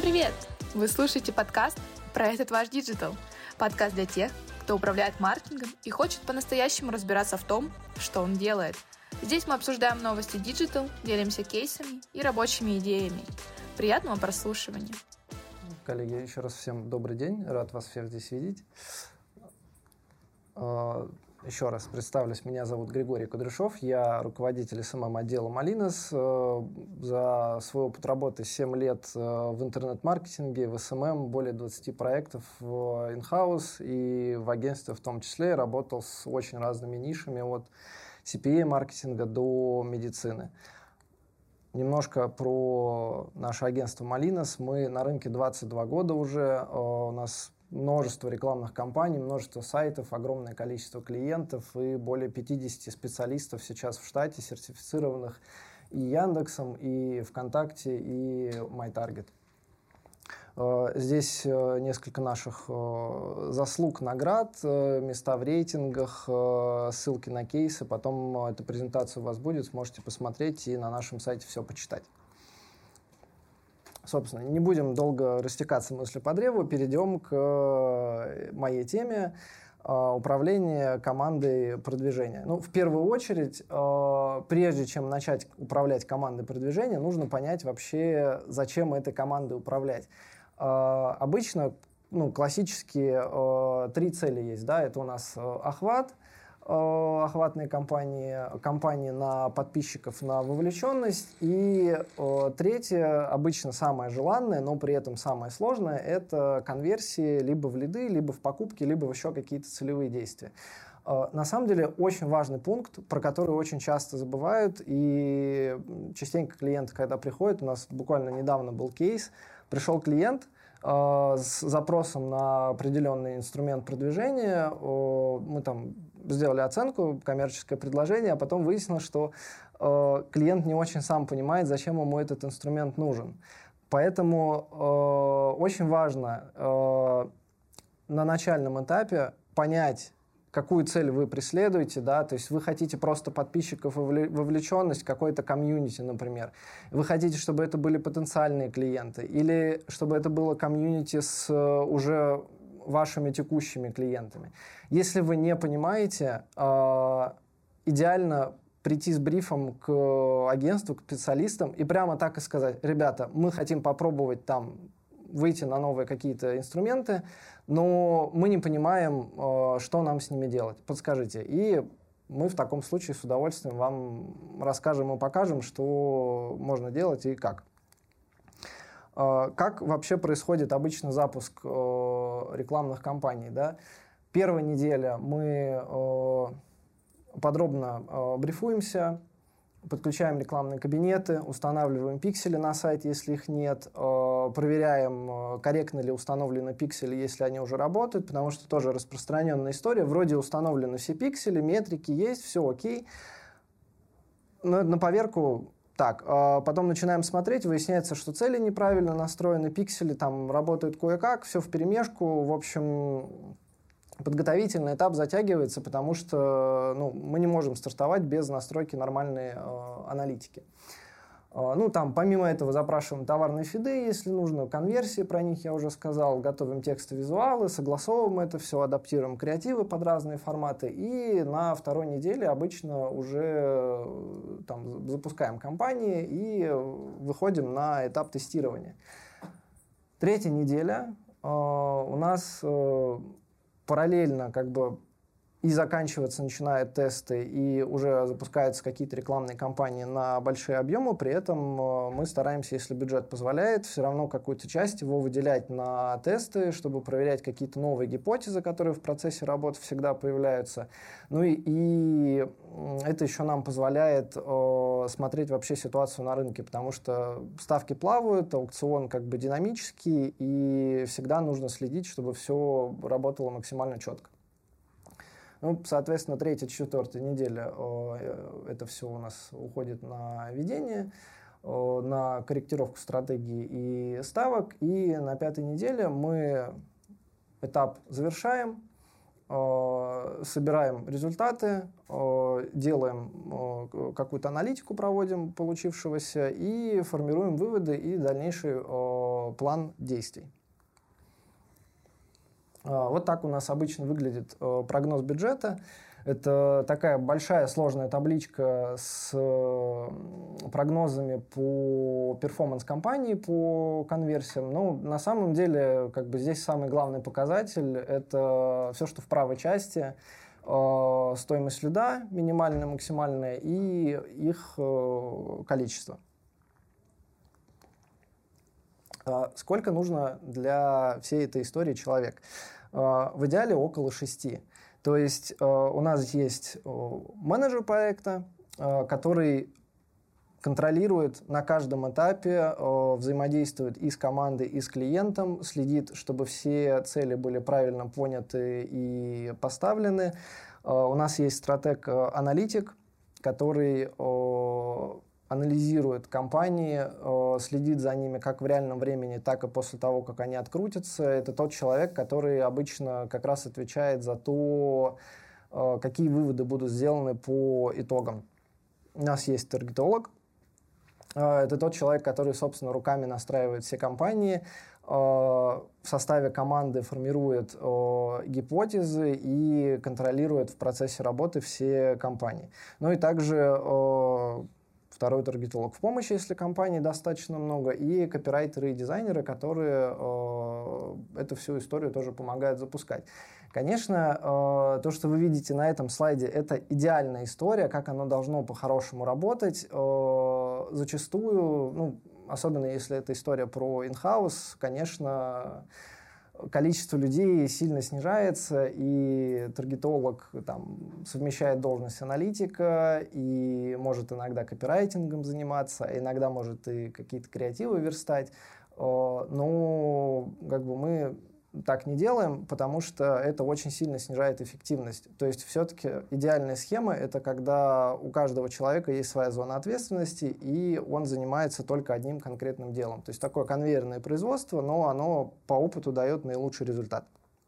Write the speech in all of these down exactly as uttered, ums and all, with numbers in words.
Привет! Вы слушаете подкаст «Проект это ваш Digital». Подкаст для тех, кто управляет маркетингом и хочет по-настоящему разбираться в том, что он делает. Здесь мы обсуждаем новости Digital, делимся кейсами и рабочими идеями. Приятного прослушивания! Коллеги, еще раз всем добрый день. Рад вас всех здесь видеть. Еще раз представлюсь. Меня зовут Григорий Кудряшов. Я руководитель эс эм эм-отдела Molinos. За свой опыт работы семь лет в интернет-маркетинге, в эс эм эм, более двадцати проектов в in-house и в агентстве в том числе. Работал с очень разными нишами, от си пи эй-маркетинга до медицины. Немножко про наше агентство Molinos. Мы на рынке двадцать два года уже. У нас множество рекламных кампаний, множество сайтов, огромное количество клиентов и более пятидесяти специалистов сейчас в штате, сертифицированных и Яндексом, и ВКонтакте, и MyTarget. Здесь несколько наших заслуг, наград, места в рейтингах, ссылки на кейсы. Потом эта презентация у вас будет, сможете посмотреть и на нашем сайте все почитать. Собственно, не будем долго растекаться мысли по древу, перейдем к моей теме управления командой продвижения. Ну, в первую очередь, прежде чем начать управлять командой продвижения, нужно понять вообще, зачем этой командой управлять. Обычно, ну, классические три цели есть, да, это у нас охват, охватные кампании, кампании на подписчиков, на вовлеченность. И э, третье, обычно самое желанное, но при этом самое сложное, это конверсии либо в лиды, либо в покупки, либо в еще какие-то целевые действия. Э, на самом деле очень важный пункт, про который очень часто забывают, и частенько клиенты, когда приходят, у нас буквально недавно был кейс, пришел клиент э, с запросом на определенный инструмент продвижения, э, мы там сделали оценку, коммерческое предложение, а потом выяснилось, что э, клиент не очень сам понимает, зачем ему этот инструмент нужен. Поэтому э, очень важно э, на начальном этапе понять, какую цель вы преследуете, да, то есть вы хотите просто подписчиков и вовлеченность, какой-то комьюнити, например. Вы хотите, чтобы это были потенциальные клиенты, или чтобы это было комьюнити с уже вашими текущими клиентами. Если вы не понимаете, э, идеально прийти с брифом к агентству, к специалистам и прямо так и сказать: ребята, мы хотим попробовать там выйти на новые какие-то инструменты, но мы не понимаем, э, что нам с ними делать. Подскажите. И мы в таком случае с удовольствием вам расскажем и покажем, что можно делать и как. Как вообще происходит обычно запуск э, рекламных кампаний? Да? Первая неделя мы э, подробно э, брифуемся, подключаем рекламные кабинеты, устанавливаем пиксели на сайте, если их нет, э, проверяем, корректно ли установлены пиксели, если они уже работают, потому что тоже распространенная история. Вроде установлены все пиксели, метрики есть, все окей, но на поверку. Так, э, потом начинаем смотреть, выясняется, что цели неправильно настроены, пиксели там работают кое-как, все вперемешку. В общем, подготовительный этап затягивается, потому что ну, мы не можем стартовать без настройки нормальной э, аналитики. Э, ну, там, помимо этого, запрашиваем товарные фиды, если нужно, конверсии, про них я уже сказал, готовим тексты, визуалы, согласовываем это все, адаптируем креативы под разные форматы, и на второй неделе обычно уже там, запускаем кампании и выходим на этап тестирования. Третья неделя э, у нас э, параллельно как бы и заканчиваться начинают тесты, и уже запускаются какие-то рекламные кампании на большие объемы. При этом мы стараемся, если бюджет позволяет, все равно какую-то часть его выделять на тесты, чтобы проверять какие-то новые гипотезы, которые в процессе работы всегда появляются. Ну и, и это еще нам позволяет э, смотреть вообще ситуацию на рынке, потому что ставки плавают, аукцион как бы динамический, и всегда нужно следить, чтобы все работало максимально четко. Ну, соответственно, третья, четвертая неделя э, это все у нас уходит на ведение, э, на корректировку стратегии и ставок. И на пятой неделе мы этап завершаем э, собираем результаты, э, делаем э, какую-то аналитику, проводим получившегося и формируем выводы и дальнейший э, план действий. Э, вот так у нас обычно выглядит э, прогноз бюджета. Это такая большая сложная табличка с прогнозами по перформанс-компании, по конверсиям. Ну, на самом деле, как бы здесь самый главный показатель — это все, что в правой части. Э, стоимость лида, минимальная, максимальная, и их э, количество. Э, сколько нужно для всей этой истории человек? Э, в идеале около шести. То есть э, у нас есть э, менеджер проекта, э, который контролирует на каждом этапе, э, взаимодействует и с командой, и с клиентом, следит, чтобы все цели были правильно поняты и поставлены. Э, у нас есть стратег-аналитик, который э, анализирует компании, э, следит за ними как в реальном времени, так и после того, как они открутятся. Это тот человек, который обычно как раз отвечает за то, э, какие выводы будут сделаны по итогам. У нас есть таргетолог. Э, это тот человек, который, собственно, руками настраивает все компании, э, в составе команды формирует э, гипотезы и контролирует в процессе работы все компании. Ну и также э, второй таргетолог в помощи, если компаний достаточно много, и копирайтеры и дизайнеры, которые э, эту всю историю тоже помогают запускать. Конечно, э, то, что вы видите на этом слайде, это идеальная история, как оно должно по-хорошему работать. Э, зачастую, ну, особенно если это история про in-house, конечно, количество людей сильно снижается, и таргетолог там совмещает должность аналитика и может иногда копирайтингом заниматься, а иногда может и какие-то креативы верстать. Но как бы мы так не делаем, потому что это очень сильно снижает эффективность. То есть все-таки идеальная схема — это когда у каждого человека есть своя зона ответственности, и он занимается только одним конкретным делом. То есть такое конвейерное производство, но оно по опыту дает наилучший результат.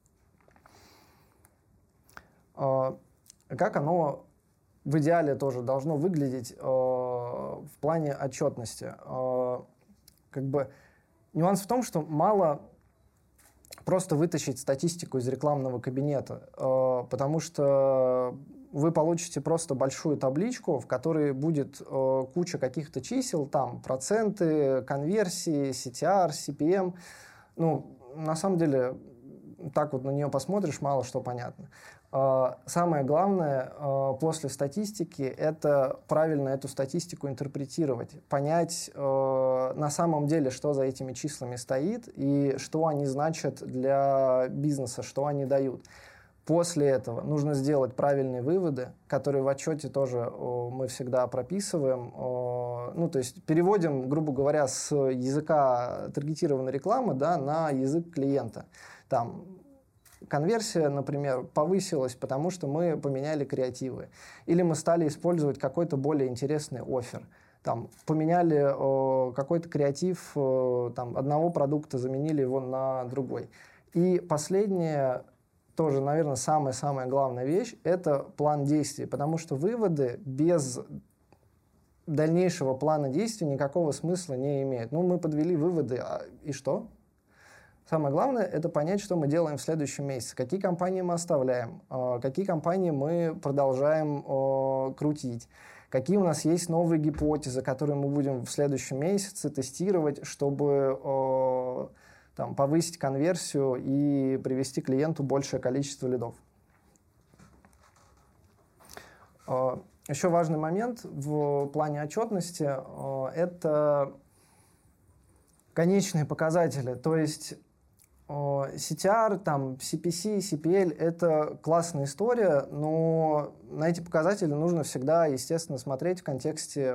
Как оно в идеале тоже должно выглядеть в плане отчетности? Как бы нюанс в том, что мало просто вытащить статистику из рекламного кабинета, э, потому что вы получите просто большую табличку, в которой будет э, куча каких-то чисел, там проценты, конверсии, си ти ар, си пи эм. Ну, на самом деле, так вот на нее посмотришь, мало что понятно. Э, самое главное э, после статистики — это правильно эту статистику интерпретировать, понять э, на самом деле, что за этими числами стоит и что они значат для бизнеса, что они дают. После этого нужно сделать правильные выводы, которые в отчете тоже э, мы всегда прописываем. Э, ну, то есть переводим, грубо говоря, с языка таргетированной рекламы, да, на язык клиента. Там конверсия, например, повысилась, потому что мы поменяли креативы. Или мы стали использовать какой-то более интересный оффер. Там, поменяли э, какой-то креатив э, там, одного продукта, заменили его на другой. И последнее, тоже, наверное, самая-самая главная вещь — это план действий. Потому что выводы без дальнейшего плана действий никакого смысла не имеют. Ну, мы подвели выводы, а и что? Самое главное — это понять, что мы делаем в следующем месяце, какие компании мы оставляем, какие компании мы продолжаем крутить, какие у нас есть новые гипотезы, которые мы будем в следующем месяце тестировать, чтобы там, повысить конверсию и привести клиенту большее количество лидов. Еще важный момент в плане отчетности — это конечные показатели, то есть си ти ар, там, си пи си, си пи эл — это классная история, но на эти показатели нужно всегда, естественно, смотреть в контексте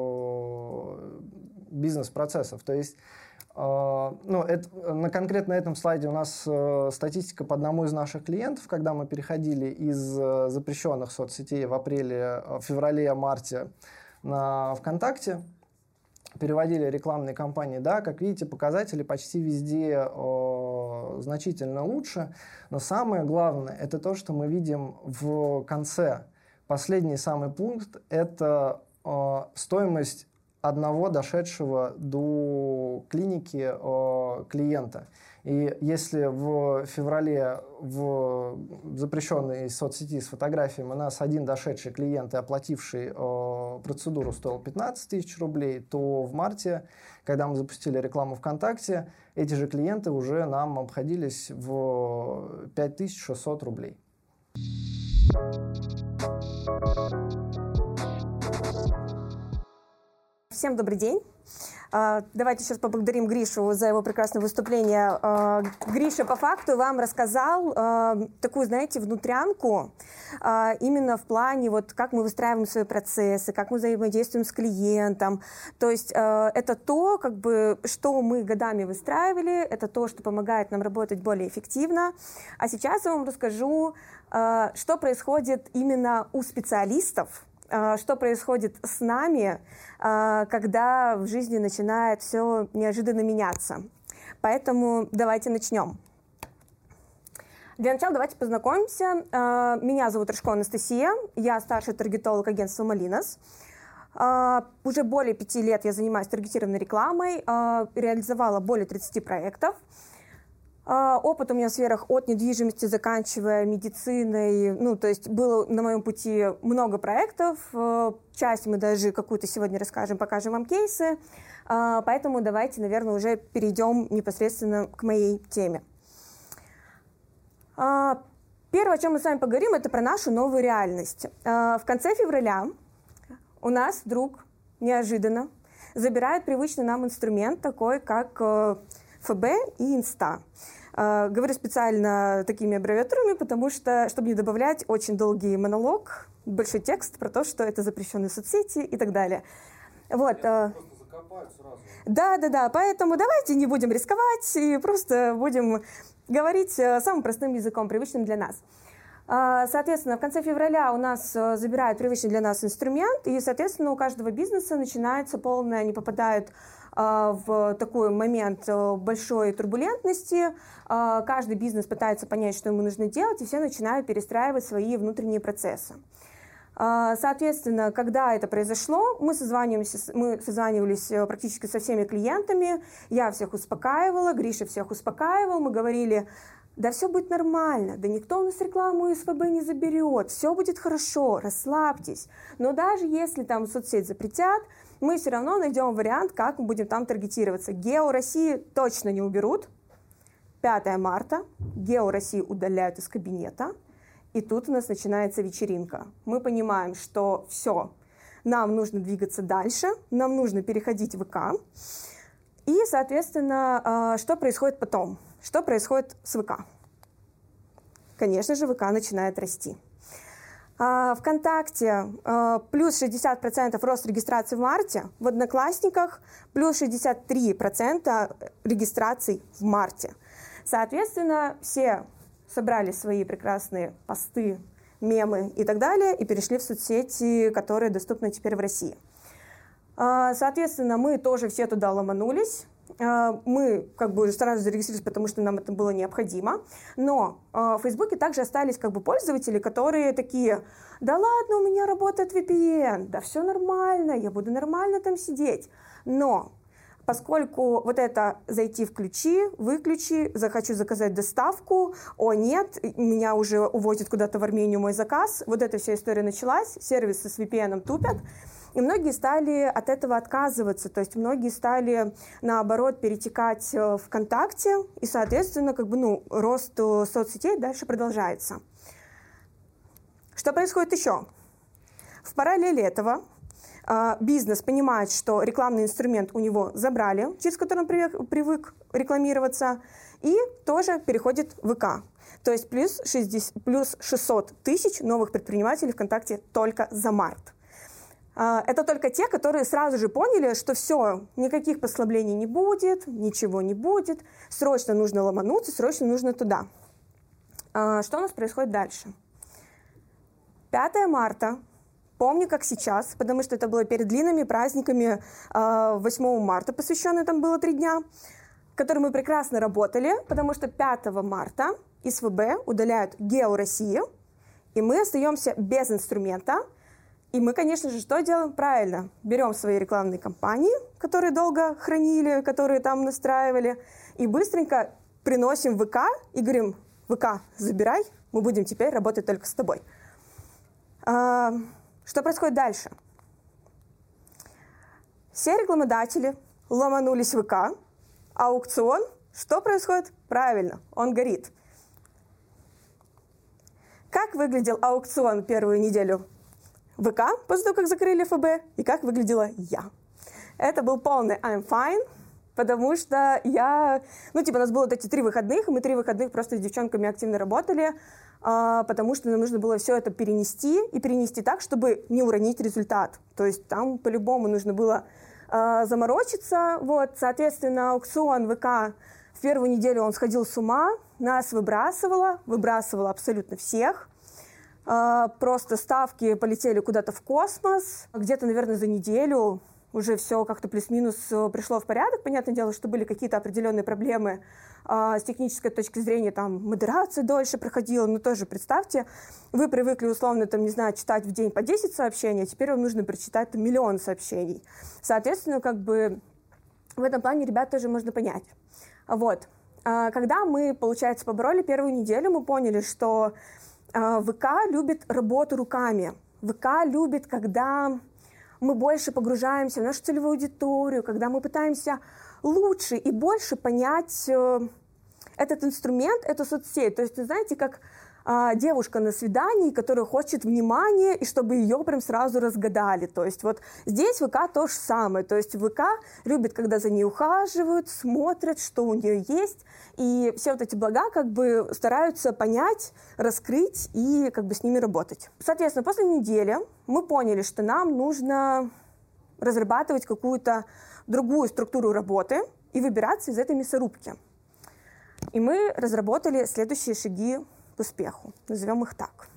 бизнес-процессов. То есть, ну, это, на конкретно этом слайде у нас статистика по одному из наших клиентов, когда мы переходили из запрещенных соцсетей в апреле, в феврале-марте на ВКонтакте, переводили рекламные кампании, да, как видите, показатели почти везде э, э, значительно лучше. Но самое главное, это то, что мы видим в конце. Последний самый пункт – это э, стоимость одного дошедшего до клиники э, клиента. И если в феврале в запрещенной соцсети с фотографиями у нас один дошедший клиент и оплативший э, процедуру стоил пятнадцать тысяч рублей, то в марте, когда мы запустили рекламу ВКонтакте, эти же клиенты уже нам обходились в пять тысяч шестьсот рублей. Всем добрый день. Давайте сейчас поблагодарим Гришу за его прекрасное выступление. Гриша по факту вам рассказал такую, знаете, внутрянку, именно в плане, вот, как мы выстраиваем свои процессы, как мы взаимодействуем с клиентом. То есть это то, как бы, что мы годами выстраивали, это то, что помогает нам работать более эффективно. А сейчас я вам расскажу, что происходит именно у специалистов, что происходит с нами, когда в жизни начинает все неожиданно меняться. Поэтому давайте начнем. Для начала давайте познакомимся. Меня зовут Рожко Анастасия, я старший таргетолог агентства Molinos. Уже более пяти лет я занимаюсь таргетированной рекламой, реализовала более тридцати проектов. Опыт у меня в сферах от недвижимости, заканчивая медициной. Ну, то есть было на моем пути много проектов. Часть мы даже какую-то сегодня расскажем, покажем вам кейсы. Поэтому давайте, наверное, уже перейдем непосредственно к моей теме. Первое, о чем мы с вами поговорим, это про нашу новую реальность. В конце февраля у нас вдруг неожиданно забирают привычный нам инструмент, такой как эф бэ и Инста. Uh, говорю специально такими аббревиатурами, потому что, чтобы не добавлять очень долгий монолог, большой текст про то, что это запрещенные соцсети и так далее. Вот. Uh, просто закопают сразу. Да, да, да. Поэтому давайте не будем рисковать и просто будем говорить самым простым языком, привычным для нас. Uh, соответственно, в конце февраля у нас uh, забирают привычный для нас инструмент, и, соответственно, у каждого бизнеса начинается полное, они попадают в такой момент большой турбулентности. Каждый бизнес пытается понять, что ему нужно делать, и все начинают перестраивать свои внутренние процессы. Соответственно, когда это произошло, мы созванивались, мы созванивались практически со всеми клиентами, я всех успокаивала, Гриша всех успокаивал, мы говорили: да все будет нормально, да никто у нас рекламу из эф бэ не заберет, все будет хорошо, расслабьтесь. Но даже если там соцсеть запретят, мы все равно найдем вариант, как мы будем там таргетироваться. Гео России точно не уберут. пятое марта. Гео России удаляют из кабинета. И тут у нас начинается вечеринка. Мы понимаем, что все, нам нужно двигаться дальше, нам нужно переходить в ВК. И, соответственно, что происходит потом? Что происходит с ВК? Конечно же, ВК начинает расти. ВКонтакте плюс шестьдесят процентов рост регистраций в марте, в Одноклассниках плюс шестьдесят три процента регистраций в марте. Соответственно, все собрали свои прекрасные посты, мемы и так далее и перешли в соцсети, которые доступны теперь в России. Соответственно, мы тоже все туда ломанулись. Мы как бы сразу зарегистрировались, потому что нам это было необходимо. Но в Фейсбуке также остались как бы пользователи, которые такие: да ладно, у меня работает ви пи эн, да все нормально, я буду нормально там сидеть. Но поскольку вот это зайти, включи, выключи, захочу заказать доставку, о нет, меня уже увозят куда-то в Армению мой заказ, вот эта вся история началась, сервисы с ви пи эн тупят. И многие стали от этого отказываться, то есть многие стали, наоборот, перетекать в ВКонтакте, и, соответственно, как бы, ну, рост соцсетей дальше продолжается. Что происходит еще? В параллели этого бизнес понимает, что рекламный инструмент у него забрали, через который он привык, привык рекламироваться, и тоже переходит в ВК. То есть плюс, шестьдесят, плюс шестьсот тысяч новых предпринимателей ВКонтакте только за март. Это только те, которые сразу же поняли, что все, никаких послаблений не будет, ничего не будет, срочно нужно ломануться, срочно нужно туда. Что у нас происходит дальше? пятое марта, помню как сейчас, потому что это было перед длинными праздниками восьмого марта, посвященные там было три дня. который мы прекрасно работали, потому что пятого марта из ФБ удаляют Гео России, и мы остаемся без инструмента. И мы, конечно же, что делаем? Правильно, берем свои рекламные кампании, которые долго хранили, которые там настраивали, и быстренько приносим в ВК и говорим: ВК, забирай, мы будем теперь работать только с тобой. А, что происходит дальше? Все рекламодатели ломанулись в ВК, аукцион, что происходит? Правильно, он горит. Как выглядел аукцион первую неделю ВК после того, как закрыли ФБ, и как выглядела я? Это был полный I'm fine, потому что я... Ну, типа, у нас было вот эти три выходных, и мы три выходных просто с девчонками активно работали, а, потому что нам нужно было все это перенести, и перенести так, чтобы не уронить результат. То есть там по-любому нужно было а, заморочиться. Вот, соответственно, аукцион ВК в первую неделю он сходил с ума, нас выбрасывало, выбрасывало абсолютно всех. А, просто ставки полетели куда-то в космос. Где-то, наверное, за неделю уже все как-то плюс-минус пришло в порядок. Понятное дело, что были какие-то определенные проблемы а, с технической точки зрения, там, модерация дольше проходила, но тоже представьте, вы привыкли условно, там, не знаю, читать в день по десять сообщений, а теперь вам нужно прочитать там, миллион сообщений. Соответственно, как бы в этом плане ребят тоже можно понять. Вот. А, когда мы, получается, побороли первую неделю, мы поняли, что а, ВК любит работу руками. ВК любит, когда мы больше погружаемся в нашу целевую аудиторию, когда мы пытаемся лучше и больше понять э, этот инструмент, эту соцсеть. То есть, вы знаете, как э, девушка на свидании, которая хочет внимания, и чтобы ее прям сразу разгадали. То есть вот здесь ВК то же самое. То есть ВК любит, когда за ней ухаживают, смотрят, что у нее есть, и все вот эти блага как бы стараются понять, раскрыть и как бы с ними работать. Соответственно, после недели мы поняли, что нам нужно разрабатывать какую-то другую структуру работы и выбираться из этой мясорубки. И мы разработали следующие шаги к успеху. Назовем их так.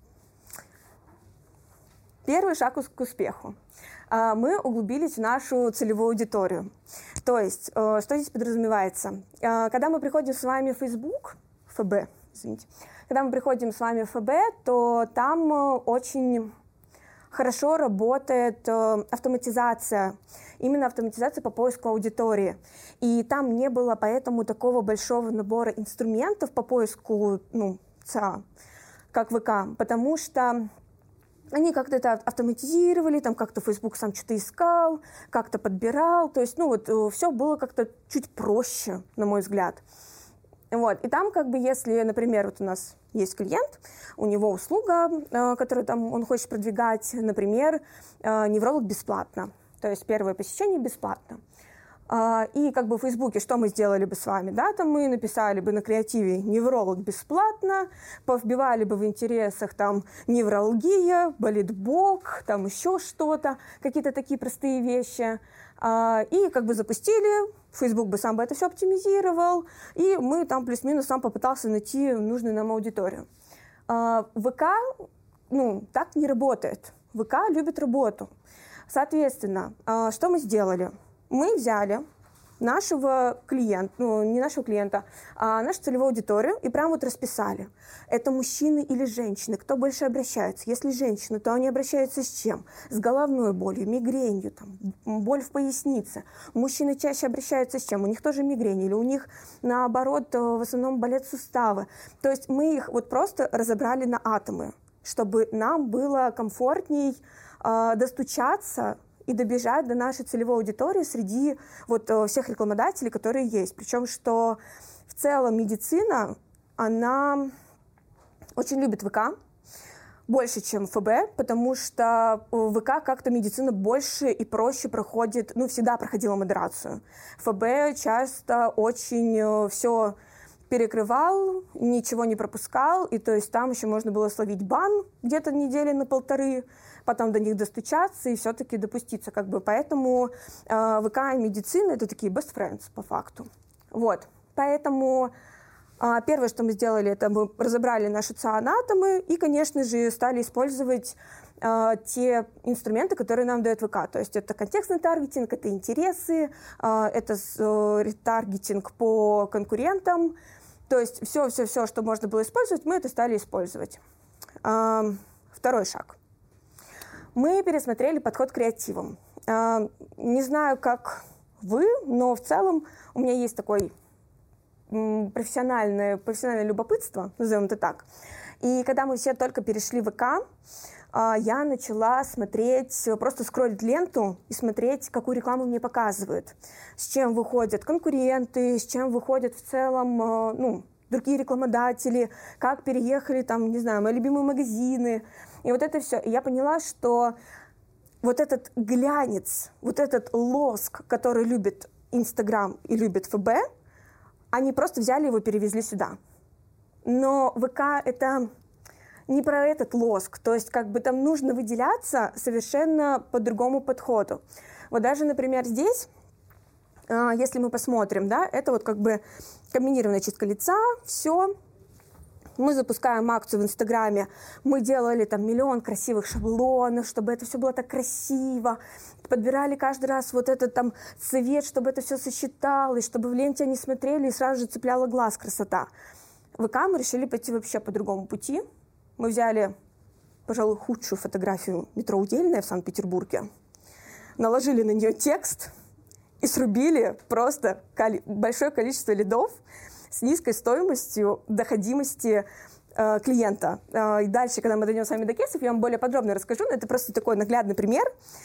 Первый шаг к успеху. Мы углубились в нашу целевую аудиторию. То есть, что здесь подразумевается? Когда мы приходим с вами в Facebook, ФБ, извините, когда мы приходим с вами в ФБ, то там очень хорошо работает автоматизация, именно автоматизация по поиску аудитории. И там не было поэтому такого большого набора инструментов по поиску, ну, ЦА, как ВК, потому что они как-то это автоматизировали, там как-то Facebook сам что-то искал, как-то подбирал, то есть, ну, вот, все было как-то чуть проще, на мой взгляд. Вот, и там, как бы, если, например, вот у нас есть клиент, у него услуга, которую там он хочет продвигать, например, невролог бесплатно, то есть первое посещение бесплатно. И как бы в Фейсбуке что мы сделали бы с вами, да, там мы написали бы на креативе «невролог бесплатно», повбивали бы в интересах там «невралгия», «болит бок», там еще что-то, какие-то такие простые вещи, и как бы запустили, Фейсбук бы сам бы это все оптимизировал, и мы там плюс-минус сам попытался найти нужную нам аудиторию. ВК, ну, так не работает. ВК любит работу. Соответственно, что мы сделали? Мы взяли нашего клиента, ну, не нашего клиента, а нашу целевую аудиторию и прямо вот расписали. Это мужчины или женщины, кто больше обращается. Если женщины, то они обращаются с чем? С головной болью, мигренью, там, боль в пояснице. Мужчины чаще обращаются с чем? У них тоже мигрень, или у них, наоборот, в основном болят суставы. То есть мы их вот просто разобрали на атомы, чтобы нам было комфортней э, достучаться и добежать до нашей целевой аудитории среди вот всех рекламодателей, которые есть. Причем, что в целом медицина, она очень любит ВК, больше, чем ФБ, потому что в ВК как-то медицина больше и проще проходит, ну, всегда проходила модерацию. ФБ часто очень все перекрывал, ничего не пропускал, и то есть там еще можно было словить бан где-то недели на полторы, потом до них достучаться и все-таки допуститься, как бы, поэтому э, ВК и медицина — это такие best friends по факту. Вот, поэтому э, первое, что мы сделали, это мы разобрали наши цианатомы и, конечно же, стали использовать э, те инструменты, которые нам дает ВК. То есть это контекстный таргетинг, это интересы, э, это э, ретаргетинг по конкурентам. То есть все-все-все, что можно было использовать, мы это стали использовать. Э, второй шаг. Мы пересмотрели подход к креативам. Э, не знаю, как вы, но в целом у меня есть такой профессиональное, профессиональное любопытство, назовем это так. И когда мы все только перешли в ВК, я начала смотреть, просто скроллить ленту и смотреть, какую рекламу мне показывают, с чем выходят конкуренты, с чем выходят в целом, ну, другие рекламодатели, как переехали, там, не знаю, мои любимые магазины. И вот это все. И я поняла, что вот этот глянец, вот этот лоск, который любит Инстаграм и любит ФБ, они просто взяли его, перевезли сюда. Но ВК — это не про этот лоск. То есть как бы там нужно выделяться совершенно по другому подходу. Вот даже, например, здесь, если мы посмотрим, да, это вот как бы комбинированная чистка лица, все. Мы запускаем акцию в Инстаграме, мы делали там миллион красивых шаблонов, чтобы это все было так красиво, подбирали каждый раз вот этот там цвет, чтобы это все сочеталось, чтобы в ленте они смотрели и сразу же цепляла глаз красота. В ВК мы решили пойти вообще по другому пути. Мы взяли, пожалуй, худшую фотографию метро Удельное в Санкт-Петербурге, наложили на нее текст и срубили просто коли- большое количество лидов с низкой стоимостью доходимости э, клиента. Э, и дальше, когда мы дойдем с вами до кейсов, я вам более подробно расскажу, но это просто такой наглядный пример,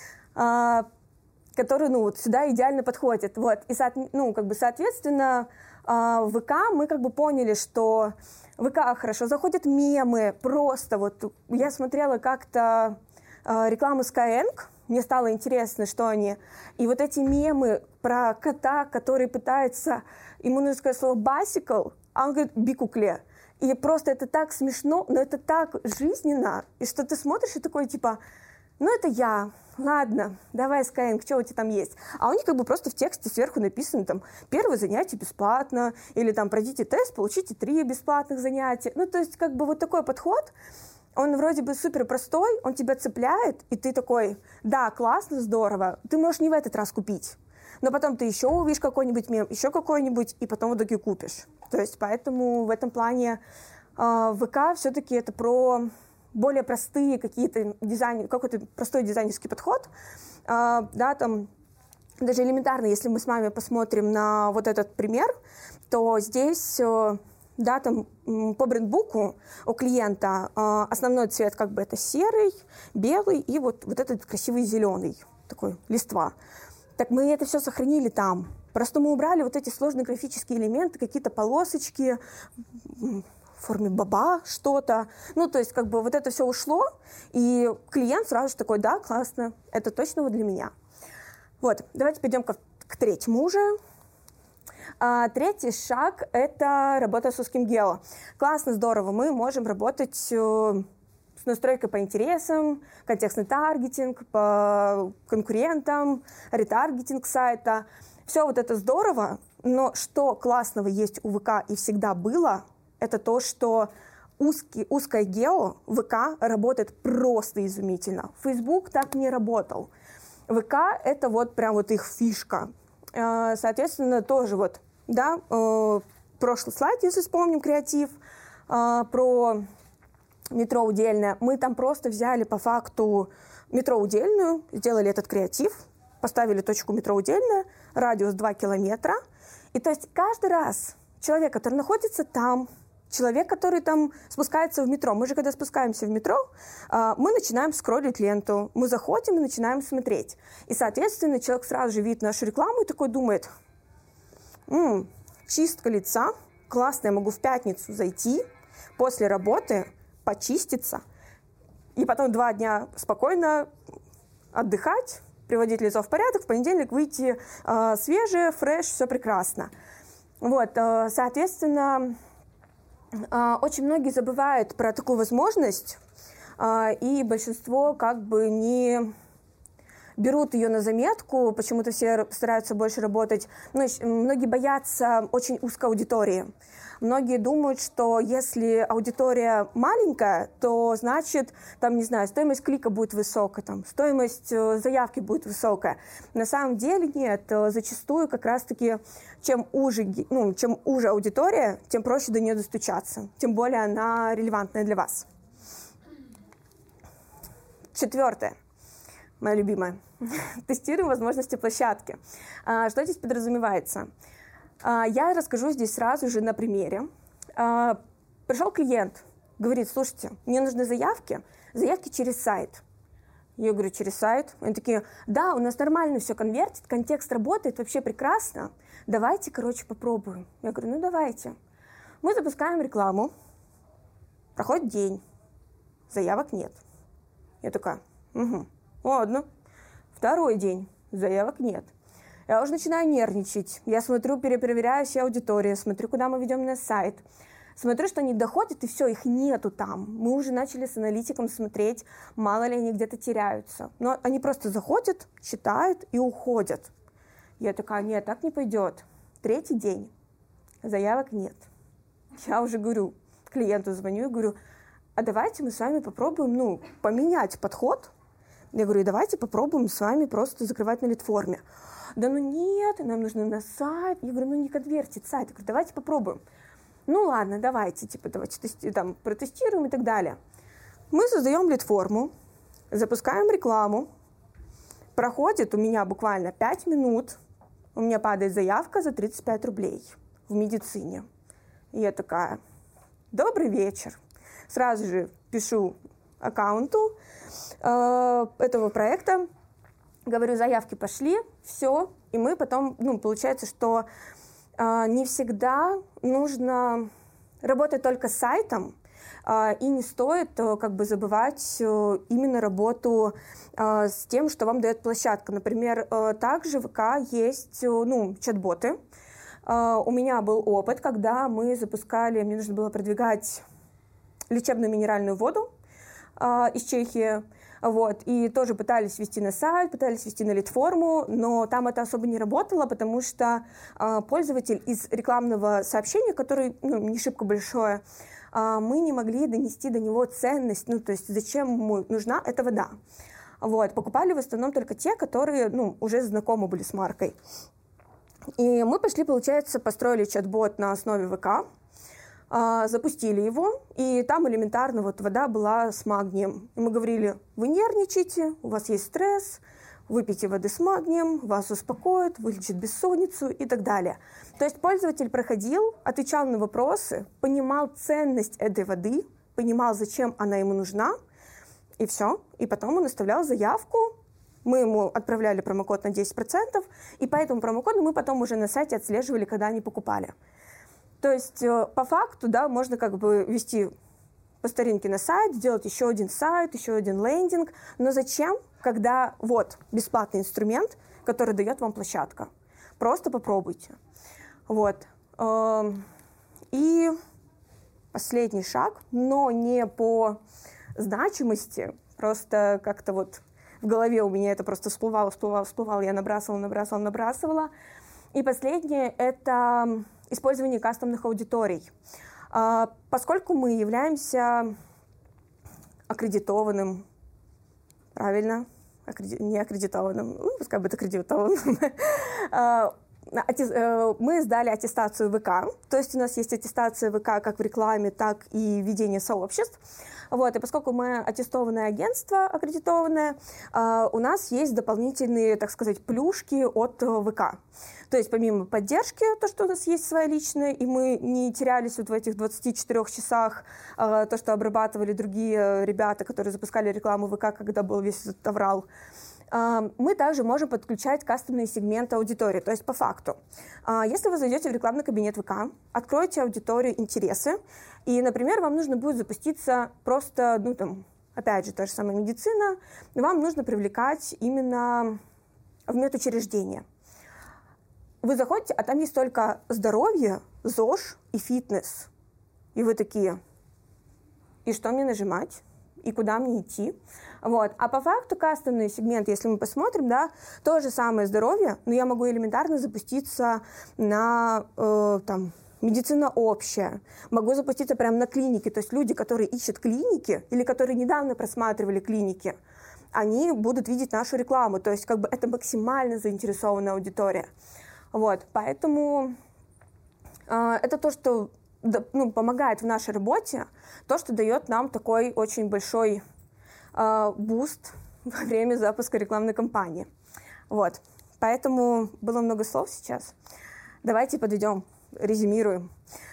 э, который, ну, вот сюда идеально подходит. Вот. И, ну, как бы, соответственно, э, в ВК мы как бы поняли, что в ВК хорошо заходят мемы, просто вот я смотрела как-то э, рекламу Skyeng, мне стало интересно, что они. И вот эти мемы про кота, который пытается, ему нужно сказать слово «bicycle», а он говорит «бикукле». И просто это так смешно, но это так жизненно. И что ты смотришь и такой типа, ну это я, ладно, давай, Skyeng, что у тебя там есть? А у них как бы просто в тексте сверху написано там «первое занятие бесплатно», или там «пройдите тест, получите три бесплатных занятия». Ну то есть как бы вот такой подход. Он вроде бы супер простой, он тебя цепляет, и ты такой, да, классно, здорово, ты можешь не в этот раз купить, но потом ты еще увидишь какой-нибудь мем, еще какой-нибудь, и потом в итоге купишь. То есть поэтому в этом плане э, ВК все-таки это про более простые какие-то дизайн, какой-то простой дизайнерский подход. Э, да, там даже элементарно, если мы с вами посмотрим на вот этот пример, то здесь... Э, Да, там по брендбуку у клиента э, основной цвет как бы это серый, белый и вот, вот этот красивый зеленый, такой листва. Так мы это все сохранили там. Просто мы убрали вот эти сложные графические элементы, какие-то полосочки в форме баба, что-то. Ну, то есть как бы вот это все ушло, и клиент сразу же такой, да, классно, это точно вот для меня. Вот, давайте перейдем к, к третьему уже. А, третий шаг – это работа с узким гео. Классно, здорово, мы можем работать э, с настройкой по интересам, контекстный таргетинг, по конкурентам, ретаргетинг сайта. Все вот это здорово, но что классного есть у ВК и всегда было, это то, что узкий, узкое гео ВК работает просто изумительно. Facebook так не работал. ВК – это вот прям вот их фишка. Соответственно, тоже вот, да, э, прошлый слайд, если вспомним, креатив, э, про метро Удельное. Мы там просто взяли по факту метро Удельную, сделали этот креатив, поставили точку метро Удельное, радиус два километра. И то есть каждый раз человек, который находится там, человек, который там спускается в метро, мы же когда спускаемся в метро, э, мы начинаем скроллить ленту, мы заходим и начинаем смотреть. И, соответственно, человек сразу же видит нашу рекламу и такой думает, м-м, чистка лица, классно, я могу в пятницу зайти, после работы почиститься, и потом два дня спокойно отдыхать, приводить лицо в порядок, в понедельник выйти э, свежее, фреш, все прекрасно. Вот, э, соответственно, э, очень многие забывают про такую возможность, э, и большинство как бы не, берут ее на заметку, почему-то все стараются больше работать. Ну, многие боятся очень узкой аудитории. Многие думают, что если аудитория маленькая, то значит, там, не знаю, стоимость клика будет высокая, там, стоимость заявки будет высокая. На самом деле нет. Зачастую как раз-таки чем уже, ну, чем уже аудитория, тем проще до нее достучаться. Тем более она релевантная для вас. Четвертое. Моя любимая. Тестируем возможности площадки. Что здесь подразумевается? Я расскажу здесь сразу же на примере. Пришел клиент, говорит, слушайте, мне нужны заявки, заявки через сайт. Я говорю, через сайт? Они такие, да, у нас нормально все конвертит, контекст работает, вообще прекрасно. Давайте, короче, попробуем. Я говорю, ну давайте. Мы запускаем рекламу, проходит день, заявок нет. Я такая, угу, ладно. Второй день, заявок нет. Я уже начинаю нервничать. Я смотрю, перепроверяю все аудитории, смотрю, куда мы ведем на сайт. Смотрю, что они доходят, и все, их нету там. Мы уже начали с аналитиком смотреть, мало ли они где-то теряются. Но они просто заходят, читают и уходят. Я такая, нет, так не пойдет. Третий день, заявок нет. Я уже говорю, клиенту звоню и говорю, а давайте мы с вами попробуем, ну, поменять подход. Я говорю, давайте попробуем с вами просто закрывать на лид-форме. Да ну нет, нам нужно на сайт. Я говорю, ну не конвертит сайт. Я говорю, давайте попробуем. Ну ладно, давайте, типа, давайте тести, там, протестируем и так далее. Мы создаем лид-форму, запускаем рекламу. Проходит у меня буквально пять минут. У меня падает заявка за тридцать пять рублей в медицине. И я такая, добрый вечер. Сразу же пишу аккаунту э, этого проекта. Говорю, заявки пошли, все, и мы потом, ну, получается, что э, не всегда нужно работать только с сайтом, э, и не стоит э, как бы забывать э, именно работу э, с тем, что вам дает площадка. Например, э, также в ВК есть, э, ну, чат-боты. Э, у меня был опыт, когда мы запускали, мне нужно было продвигать лечебную минеральную воду э, из Чехии. Вот, и тоже пытались ввести на сайт, пытались ввести на лид-форму, но там это особо не работало, потому что э, пользователь из рекламного сообщения, который, ну, не шибко большое, э, мы не могли донести до него ценность, ну, то есть зачем ему нужна эта вода. Вот, покупали в основном только те, которые, ну, уже знакомы были с маркой. И мы пошли, получается, построили чат-бот на основе ВК, запустили его, и там элементарно вот вода была с магнием. И мы говорили, вы нервничаете, у вас есть стресс, выпейте воды с магнием, вас успокоит, вылечит бессонницу и так далее. То есть пользователь проходил, отвечал на вопросы, понимал ценность этой воды, понимал, зачем она ему нужна, и все. И потом он оставлял заявку, мы ему отправляли промокод на десять процентов, и по этому промокоду мы потом уже на сайте отслеживали, когда они покупали. То есть по факту, да, можно как бы вести по старинке на сайт, сделать еще один сайт, еще один лендинг. Но зачем, когда вот бесплатный инструмент, который дает вам площадка? Просто попробуйте. Вот. И последний шаг, но не по значимости, просто как-то вот в голове у меня это просто всплывало, всплывало, всплывало, я набрасывала, набрасывала, набрасывала. И последнее – это использование кастомных аудиторий. Поскольку мы являемся аккредитованным, правильно, аккреди... не аккредитованным, ну, пускай будет аккредитованным, мы сдали аттестацию ВК, то есть у нас есть аттестация ВК как в рекламе, так и в ведении сообществ. Вот, и поскольку мы аттестованное агентство, аккредитованное, у нас есть дополнительные, так сказать, плюшки от ВК. То есть помимо поддержки, то, что у нас есть своя личная, и мы не терялись вот в этих двадцати четырёх часах, то, что обрабатывали другие ребята, которые запускали рекламу ВК, когда был весь этот аврал, мы также можем подключать кастомные сегменты аудитории. То есть по факту, если вы зайдете в рекламный кабинет ВК, откроете аудиторию интересы, и, например, вам нужно будет запуститься просто, ну там, опять же, та же самая медицина, вам нужно привлекать именно в медучреждение. Вы заходите, а там есть только здоровье, ЗОЖ и фитнес. И вы такие, и что мне нажимать? И куда мне идти? Вот. А по факту кастомный сегмент, если мы посмотрим, да, то же самое здоровье, но я могу элементарно запуститься на э, там, медицина общая, могу запуститься прямо на клинике, то есть люди, которые ищут клиники или которые недавно просматривали клиники, они будут видеть нашу рекламу, то есть как бы это максимально заинтересованная аудитория. Вот. Поэтому э, это то, что ну, помогает в нашей работе, то, что дает нам такой очень большой э, буст во время запуска рекламной кампании. Вот. Поэтому было много слов сейчас. Давайте подведем, резюмируем.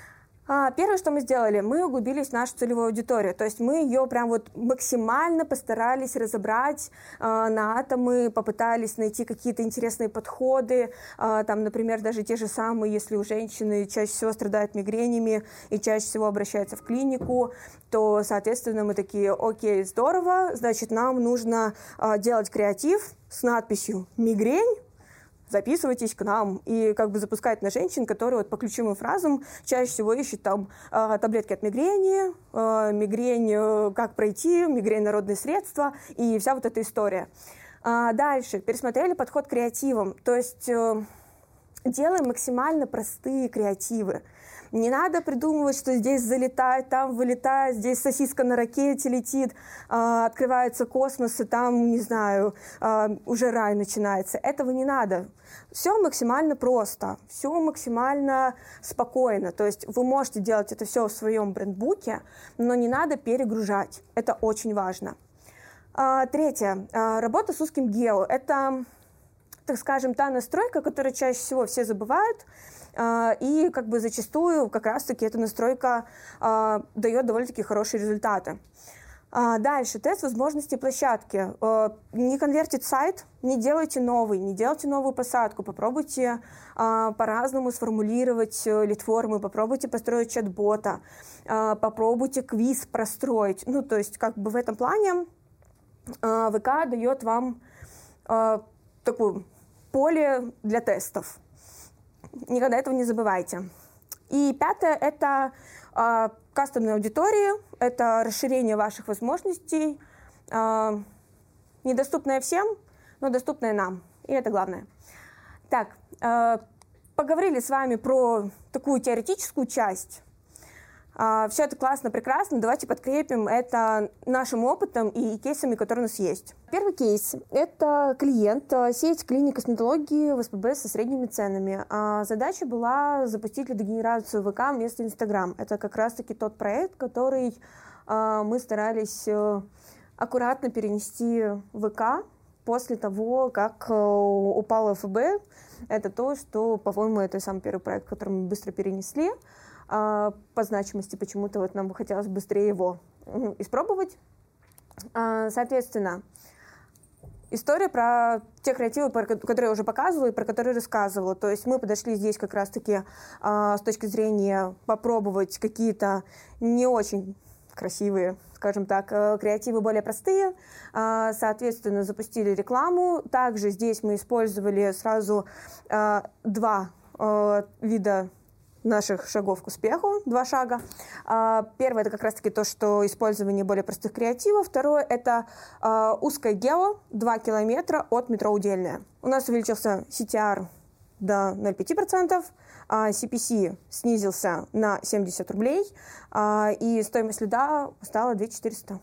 А, первое, что мы сделали, мы углубились в нашу целевую аудиторию. То есть мы ее прям вот максимально постарались разобрать э, на атомы, попытались найти какие-то интересные подходы. Э, там, например, даже те же самые, если у женщины чаще всего страдают мигренями и чаще всего обращаются в клинику, то, соответственно, мы такие, окей, здорово, значит, нам нужно э, делать креатив с надписью «Мигрень», записывайтесь к нам, и как бы запускать на женщин, которые вот по ключевым фразам чаще всего ищут там э, таблетки от мигрени, э, мигрень, э, как пройти, мигрень народные средства и вся вот эта история. А дальше пересмотрели подход к креативам, то есть э, делаем максимально простые креативы. Не надо придумывать, что здесь залетает, там вылетает, здесь сосиска на ракете летит, э, открывается космос, и там, не знаю, э, уже рай начинается. Этого не надо. Все максимально просто, все максимально спокойно. То есть вы можете делать это все в своем брендбуке, но не надо перегружать. Это очень важно. Э, третье. Э, работа с узким гео. Это, так скажем, та настройка, которую чаще всего все забывают. И как бы зачастую как раз-таки эта настройка э, дает довольно-таки хорошие результаты. А дальше, тест возможностей площадки. Э, не конвертит сайт, не делайте новый, не делайте новую посадку, попробуйте э, по-разному сформулировать э, лид-формы, попробуйте построить чат-бота, э, попробуйте квиз простроить. Ну, то есть как бы в этом плане э, ВК дает вам э, такое поле для тестов. Никогда этого не забывайте. И пятое – это э, кастомные аудитории, это расширение ваших возможностей, э, недоступное всем, но доступное нам. И это главное. Так, э, поговорили с вами про такую теоретическую часть. Э, все это классно, прекрасно. Давайте подкрепим это нашим опытом и кейсами, которые у нас есть. Первый кейс – это клиент, сеть клиник косметологии в СПБ со средними ценами. А задача была запустить лидогенерацию ВК вместо Инстаграм. Это как раз-таки тот проект, который а, мы старались а, аккуратно перенести в ВК после того, как а, упал ФБ. Это то, что, по-моему, это самый первый проект, который мы быстро перенесли. А, по значимости почему-то вот нам бы хотелось быстрее его испробовать. А, соответственно, история про те креативы, которые я уже показывала и про которые рассказывала. То есть мы подошли здесь как раз-таки э, с точки зрения попробовать какие-то не очень красивые, скажем так, э, креативы более простые. Э, соответственно, запустили рекламу. Также здесь мы использовали сразу э, два э, вида наших шагов к успеху, два шага. Первое – это как раз-таки то, что использование более простых креативов. Второе – это узкое гео, два километра от метро Удельное. У нас увеличился си ти ар до ноль целых пять десятых процента, а си пи си снизился на семьдесят рублей, и стоимость лида стала две тысячи четыреста.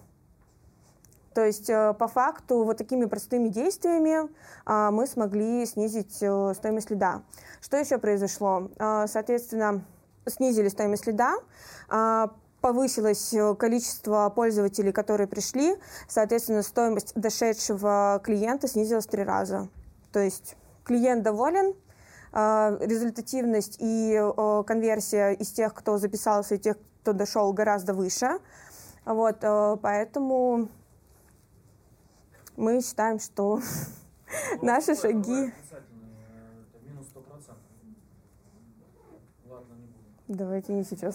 То есть по факту вот такими простыми действиями мы смогли снизить стоимость лида. Что еще произошло? Соответственно, снизили стоимость лида, повысилось количество пользователей, которые пришли, соответственно, стоимость дошедшего клиента снизилась в три раза. То есть клиент доволен, результативность и конверсия из тех, кто записался, и тех, кто дошел, гораздо выше. Вот, поэтому мы считаем, что наши шаги... Давайте не сейчас.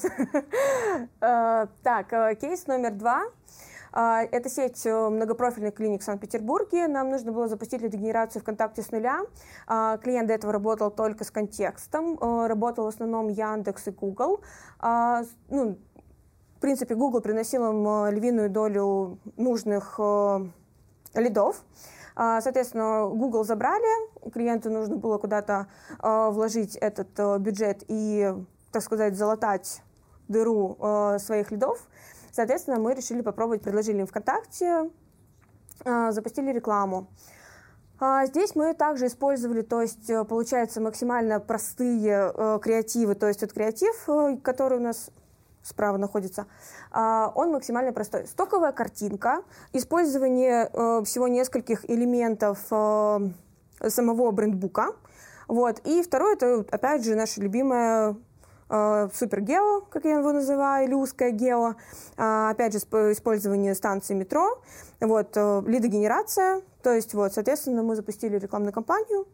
Так, кейс номер два. Это сеть многопрофильных клиник в Санкт-Петербурге. Нам нужно было запустить лидогенерацию ВКонтакте с нуля. Клиент до этого работал только с контекстом. Работал в основном Яндекс и Google. Ну, в принципе, Google приносил им львиную долю нужных лидов. Соответственно, Google забрали, клиенту нужно было куда-то вложить этот бюджет и, так сказать, залатать дыру своих лидов. Соответственно, мы решили попробовать, предложили им ВКонтакте, запустили рекламу. Здесь мы также использовали, то есть, получается, максимально простые креативы, то есть, вот креатив, который у нас справа находится, он максимально простой. Стоковая картинка, использование всего нескольких элементов самого брендбука. Вот. И второе, это, опять же, наша любимая супергео, как я его называю, или узкое гео. Опять же, использование станции метро. Вот, лидогенерация. То есть, вот, соответственно, мы запустили рекламную кампанию.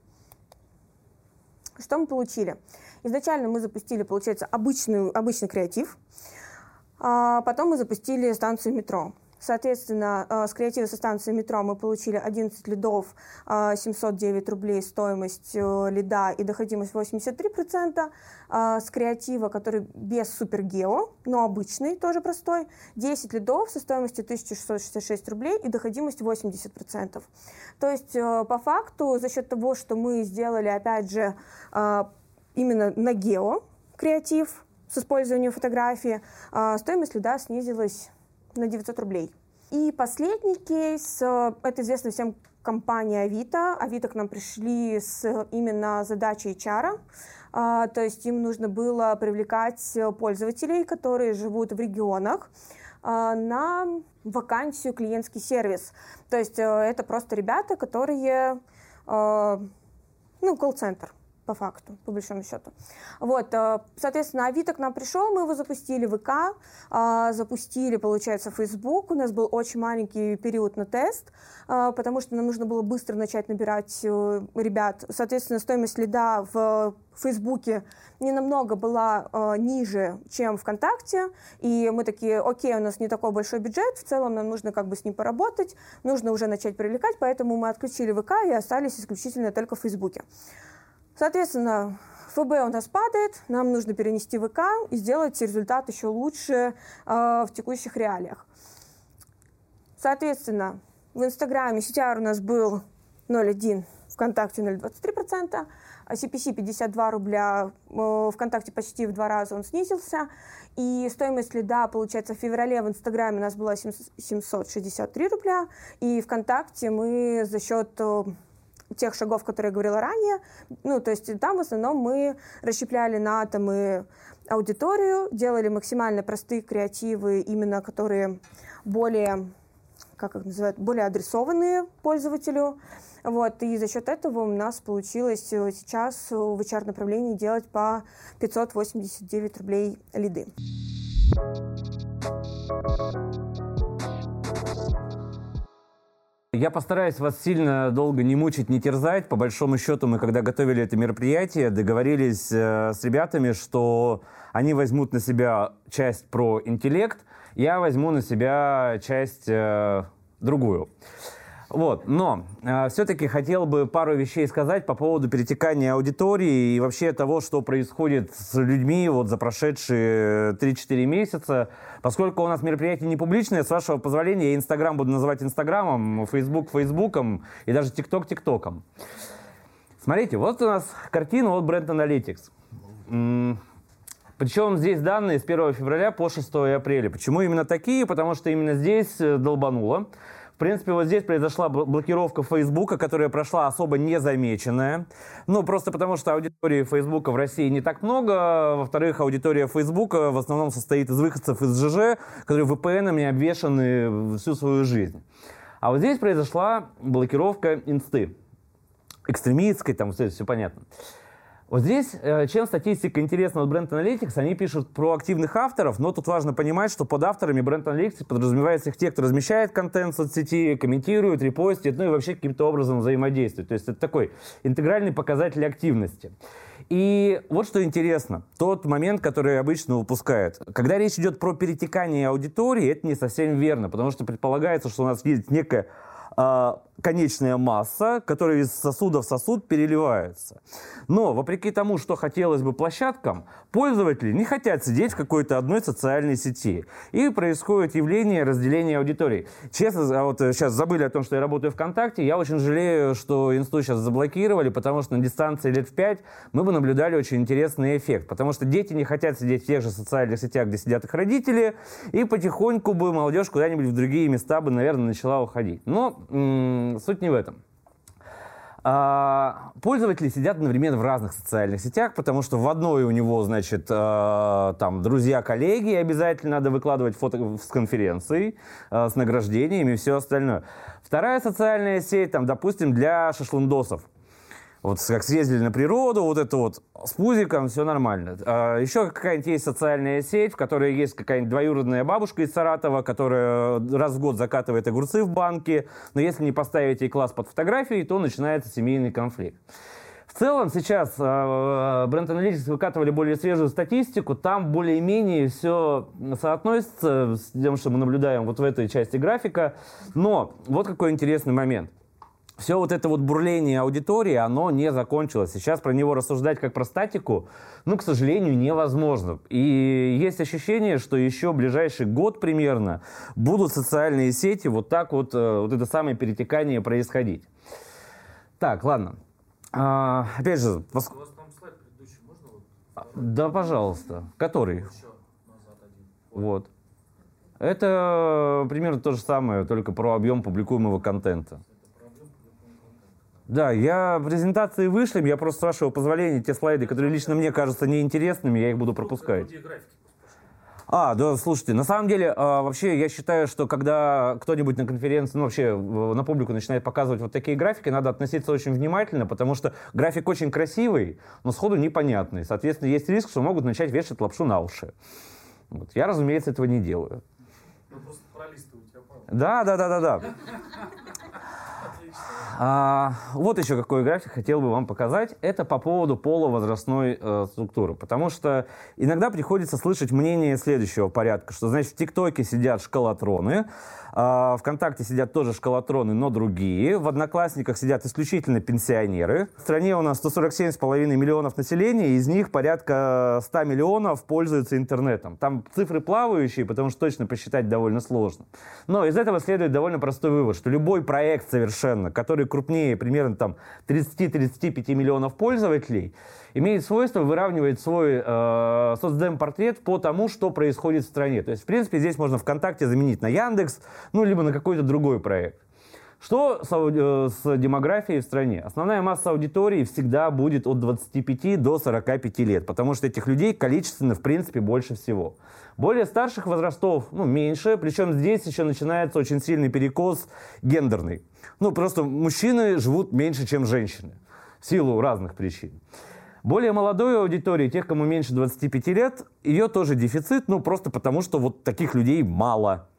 Что мы получили? Изначально мы запустили, получается, обычную, обычный креатив. А потом мы запустили станцию метро. Соответственно, с креатива со станции метро мы получили одиннадцать лидов, семьсот девять рублей стоимость лида и доходимость восемьдесят три процента. С креатива, который без супергео, но обычный, тоже простой, десять лидов со стоимостью тысяча шестьсот шестьдесят шесть рублей и доходимость восемьдесят процентов. То есть, по факту, за счет того, что мы сделали, опять же, именно на гео креатив с использованием фотографии, стоимость лида снизилась на девятьсот рублей. И последний кейс, это известна всем компания Авито. Авито к нам пришли с именно задачей эйч ар. То есть им нужно было привлекать пользователей, которые живут в регионах, на вакансию клиентский сервис. То есть это просто ребята, которые, ну, колл-центр. По факту, по большому счету. Вот, соответственно, Авито к нам пришел, мы его запустили в ВК, запустили, получается, Facebook. У нас был очень маленький период на тест, потому что нам нужно было быстро начать набирать ребят. Соответственно, стоимость лида в Фейсбуке не намного была ниже, чем ВКонтакте. И мы такие, окей, у нас не такой большой бюджет, в целом нам нужно как бы с ним поработать, нужно уже начать привлекать, поэтому мы отключили ВК и остались исключительно только в Фейсбуке. Соответственно, эф бэ у нас падает, нам нужно перенести ВК и сделать результат еще лучше э, в текущих реалиях. Соответственно, в Инстаграме си ти ар у нас был ноль целых один, ВКонтакте ноль целых двадцать три процента, а си пи си пятьдесят два рубля, э, ВКонтакте почти в два раза он снизился. И стоимость лида, получается, в феврале в Инстаграме у нас была семьсот шестьдесят три рубля, и ВКонтакте мы за счет э, тех шагов, которые я говорила ранее, ну, то есть там в основном мы расщепляли на атомы аудиторию, делали максимально простые креативы, именно которые более, как их называют, более адресованные пользователю. Вот, и за счет этого у нас получилось сейчас в эйч ар-направлении делать по пятьсот восемьдесят девять рублей лиды. Я постараюсь вас сильно долго не мучить, не терзать. По большому счету, мы, когда готовили это мероприятие, договорились э, с ребятами, что они возьмут на себя часть про интеллект, я возьму на себя часть э, другую. Вот. Но э, все-таки хотел бы пару вещей сказать по поводу перетекания аудитории и вообще того, что происходит с людьми вот за прошедшие три-четыре месяца. Поскольку у нас мероприятие не публичное, с вашего позволения, я Инстаграм буду называть Инстаграмом, Фейсбук Фейсбуком и даже ТикТок ТикТоком. Смотрите, вот у нас картина от Brand Analytics. Причем здесь данные с первого февраля по шестого апреля. Почему именно такие? Потому что именно здесь долбануло. В принципе, вот здесь произошла блокировка Фейсбука, которая прошла особо незамеченная. Ну, просто потому что аудитории Фейсбука в России не так много. Во-вторых, аудитория Фейсбука в основном состоит из выходцев из жэ жэ, которые вэ пэ энами обвешаны всю свою жизнь. А вот здесь произошла блокировка инсты. Экстремистской, там все, все понятно. Вот здесь, чем статистика интересна от Brand Analytics, они пишут про активных авторов, но тут важно понимать, что под авторами Brand Analytics подразумевается их те, кто размещает контент в соцсети, комментирует, репостит, ну и вообще каким-то образом взаимодействует. То есть это такой интегральный показатель активности. И вот что интересно, тот момент, который обычно упускают. Когда речь идет про перетекание аудитории, это не совсем верно, потому что предполагается, что у нас есть некая э, конечная масса, которая из сосуда в сосуд переливается. Но, вопреки тому, что хотелось бы площадкам, пользователи не хотят сидеть в какой-то одной социальной сети. И происходит явление разделения аудиторий. Честно, вот сейчас забыли о том, что я работаю ВКонтакте, я очень жалею, что инсту сейчас заблокировали, потому что на дистанции лет в пять мы бы наблюдали очень интересный эффект. Потому что дети не хотят сидеть в тех же социальных сетях, где сидят их родители, и потихоньку бы молодежь куда-нибудь в другие места бы, наверное, начала уходить. Но м- суть не в этом. А, пользователи сидят одновременно в разных социальных сетях, потому что в одной у него, значит, а, там, друзья-коллеги, обязательно надо выкладывать фото с конференцией, а, с награждениями и все остальное. Вторая социальная сеть, там, допустим, для шашлындосов. Вот как съездили на природу, вот это вот с пузиком, все нормально. А еще какая-нибудь есть социальная сеть, в которой есть какая-нибудь двоюродная бабушка из Саратова, которая раз в год закатывает огурцы в банке, но если не поставить ей класс под фотографией, то начинается семейный конфликт. В целом сейчас э, Brand Analytics выкатывали более свежую статистику, там более-менее все соотносится с тем, что мы наблюдаем вот в этой части графика, но вот какой интересный момент. Все вот это вот бурление аудитории, оно не закончилось. Сейчас про него рассуждать как про статику, ну, к сожалению, невозможно. И есть ощущение, что еще ближайший год примерно будут социальные сети вот так вот, вот это самое перетекание происходить. Так, ладно. А, опять же... Пос... У вас там слайд предыдущий, можно? Вот? Да, пожалуйста. Который? Еще назад один. Вот. Это примерно то же самое, только про объем публикуемого контента. Да, я презентации вышлем, я просто спрашиваю позволения, те слайды, которые лично мне кажутся неинтересными, я их буду пропускать. А, да, слушайте, на самом деле, вообще, я считаю, что когда кто-нибудь на конференции, ну, вообще, на публику начинает показывать вот такие графики, надо относиться очень внимательно, потому что график очень красивый, но сходу непонятный. Соответственно, есть риск, что могут начать вешать лапшу на уши. Вот. Я, разумеется, этого не делаю. Ну, просто пролистывать, я понял. Да, да, да, да, да. А, вот еще какой график хотел бы вам показать. Это по поводу полувозрастной э, структуры. Потому что иногда приходится слышать мнение следующего порядка, что, значит, в ТикТоке сидят школотроны, э, ВКонтакте сидят тоже школотроны, но другие, в Одноклассниках сидят исключительно пенсионеры. В стране у нас сто сорок семь с половиной миллионов населения, из них порядка ста миллионов пользуются интернетом. Там цифры плавающие, потому что точно посчитать довольно сложно. Но из этого следует довольно простой вывод, что любой проект совершенно, который крупнее примерно там тридцать-тридцать пять миллионов пользователей, имеет свойство выравнивать свой э, соцдемпортрет по тому, что происходит в стране. То есть, в принципе, здесь можно ВКонтакте заменить на Яндекс, ну, либо на какой-то другой проект. Что с, э, с демографией в стране? Основная масса аудитории всегда будет от двадцати пяти до сорока пяти лет, потому что этих людей количественно, в принципе, больше всего. Более старших возрастов, ну, меньше, причем здесь еще начинается очень сильный перекос гендерный. Ну, просто мужчины живут меньше, чем женщины, в силу разных причин. Более молодой аудитории, тех, кому меньше двадцати пяти лет, ее тоже дефицит, ну, просто потому что вот таких людей мало.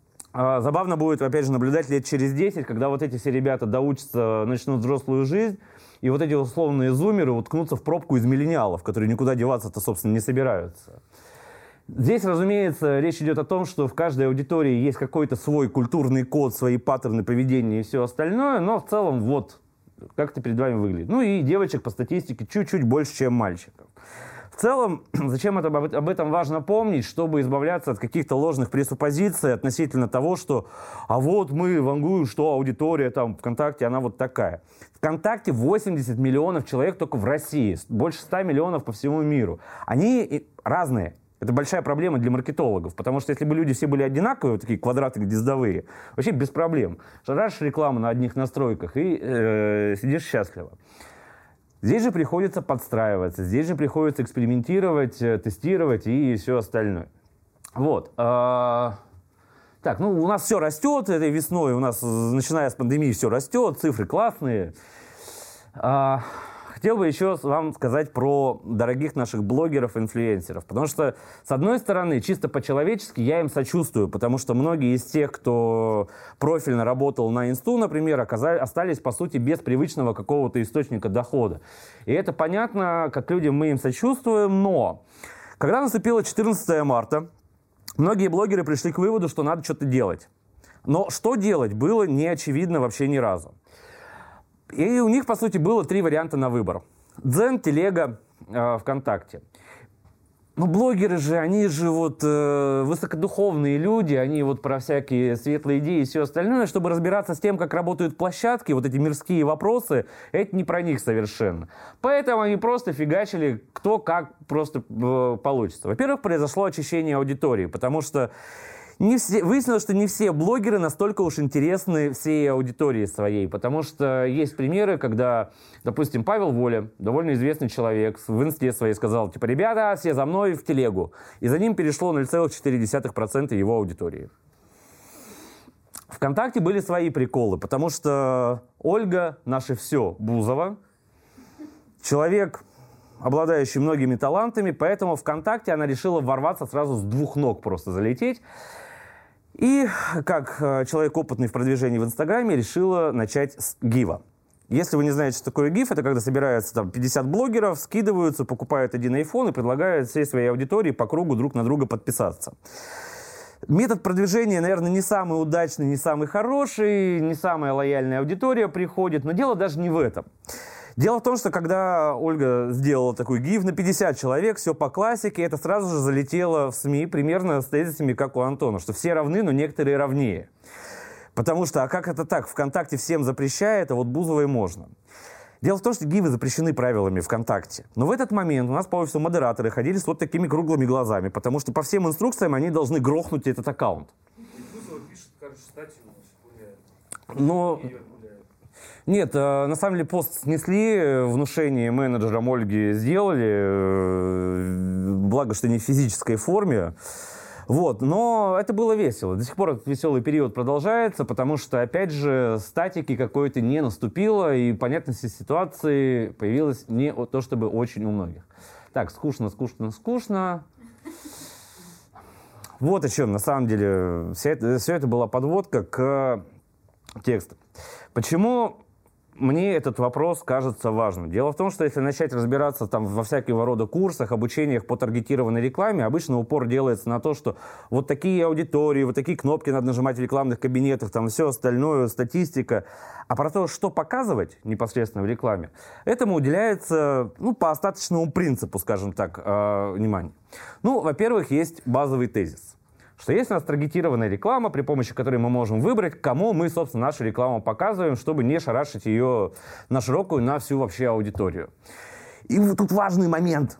А, забавно будет, опять же, наблюдать лет через десять, когда вот эти все ребята доучатся, начнут взрослую жизнь, и вот эти условные зумеры уткнутся в пробку из миллениалов, которые никуда деваться-то, собственно, не собираются. Здесь, разумеется, речь идет о том, что в каждой аудитории есть какой-то свой культурный код, свои паттерны поведения и все остальное, но в целом вот как это перед вами выглядит. Ну и девочек по статистике чуть-чуть больше, чем мальчиков. В целом, зачем это, об этом важно помнить, чтобы избавляться от каких-то ложных пресуппозиций относительно того, что а вот мы вангуем, что аудитория там ВКонтакте, она вот такая. ВКонтакте восемьдесят миллионов человек только в России, больше ста миллионов по всему миру. Они разные. Это большая проблема для маркетологов, потому что если бы люди все были одинаковые, вот такие квадраты гнездовые, вообще без проблем. Шарашишь рекламу на одних настройках и э, сидишь счастливо. Здесь же приходится подстраиваться, здесь же приходится экспериментировать, тестировать и все остальное. Вот. Так, ну у нас все растет этой весной, у нас, начиная с пандемии, все растет, цифры классные. Хотел бы еще вам сказать про дорогих наших блогеров-инфлюенсеров, потому что, с одной стороны, чисто по-человечески я им сочувствую, потому что многие из тех, кто профильно работал на инсту, например, оказались, остались, по сути, без привычного какого-то источника дохода. И это понятно, как людям мы им сочувствуем, но когда наступило четырнадцатое марта, многие блогеры пришли к выводу, что надо что-то делать. Но что делать, было не очевидно вообще ни разу. И у них, по сути, было три варианта на выбор. Дзен, Телега, э, ВКонтакте. Ну, блогеры же, они же вот э, высокодуховные люди, они вот про всякие светлые идеи и все остальное. Чтобы разбираться с тем, как работают площадки, вот эти мирские вопросы, это не про них совершенно. Поэтому они просто фигачили кто как просто э, получится. Во-первых, произошло очищение аудитории, потому что не все, выяснилось, что не все блогеры настолько уж интересны всей аудитории своей, потому что есть примеры, когда, допустим, Павел Воля, довольно известный человек, в инсте своей сказал, типа, ребята, все за мной в телегу. И за ним перешло ноль целых четыре десятых процента его аудитории. ВКонтакте были свои приколы, потому что Ольга, наше все, Бузова, человек, обладающий многими талантами, поэтому ВКонтакте она решила ворваться сразу с двух ног, просто залететь. И, как человек опытный в продвижении в Инстаграме, решила начать с гива. Если вы не знаете, что такое гиф, это когда собираются там пятьдесят блогеров, скидываются, покупают один айфон и предлагают всей своей аудитории по кругу друг на друга подписаться. Метод продвижения, наверное, не самый удачный, не самый хороший, не самая лояльная аудитория приходит, но дело даже не в этом. Дело в том, что когда Ольга сделала такой гиф на пятьдесят человек, все по классике, это сразу же залетело в СМИ примерно с тезисами, как у Антона, что все равны, но некоторые равнее. Потому что, а как это так? ВКонтакте всем запрещает, а вот Бузовой можно. Дело в том, что гивы запрещены правилами ВКонтакте. Но в этот момент у нас по офису модераторы ходили с вот такими круглыми глазами, потому что по всем инструкциям они должны грохнуть этот аккаунт. И Бузова пишет, кажется, статью гуляет. Но... Нет, на самом деле пост снесли, внушение менеджерам Ольги сделали, благо, что не в физической форме. Вот, но это было весело. До сих пор этот веселый период продолжается, потому что, опять же, статики какой-то не наступило, и понятности ситуации появилось не то чтобы очень у многих. Так, скучно, скучно, скучно. Вот о чем, на самом деле, вся это, все это была подводка к тексту. Почему мне этот вопрос кажется важным? Дело в том, что если начать разбираться там во всякого рода курсах, обучениях по таргетированной рекламе, обычно упор делается на то, что вот такие аудитории, вот такие кнопки надо нажимать в рекламных кабинетах, там все остальное, статистика. А про то, что показывать непосредственно в рекламе, этому уделяется, ну, по остаточному принципу, скажем так, э, внимание. Ну, во-первых, есть базовый тезис. Что есть у нас таргетированная реклама, при помощи которой мы можем выбрать, кому мы, собственно, нашу рекламу показываем, чтобы не шарашить ее на широкую, на всю вообще аудиторию. И вот тут важный момент.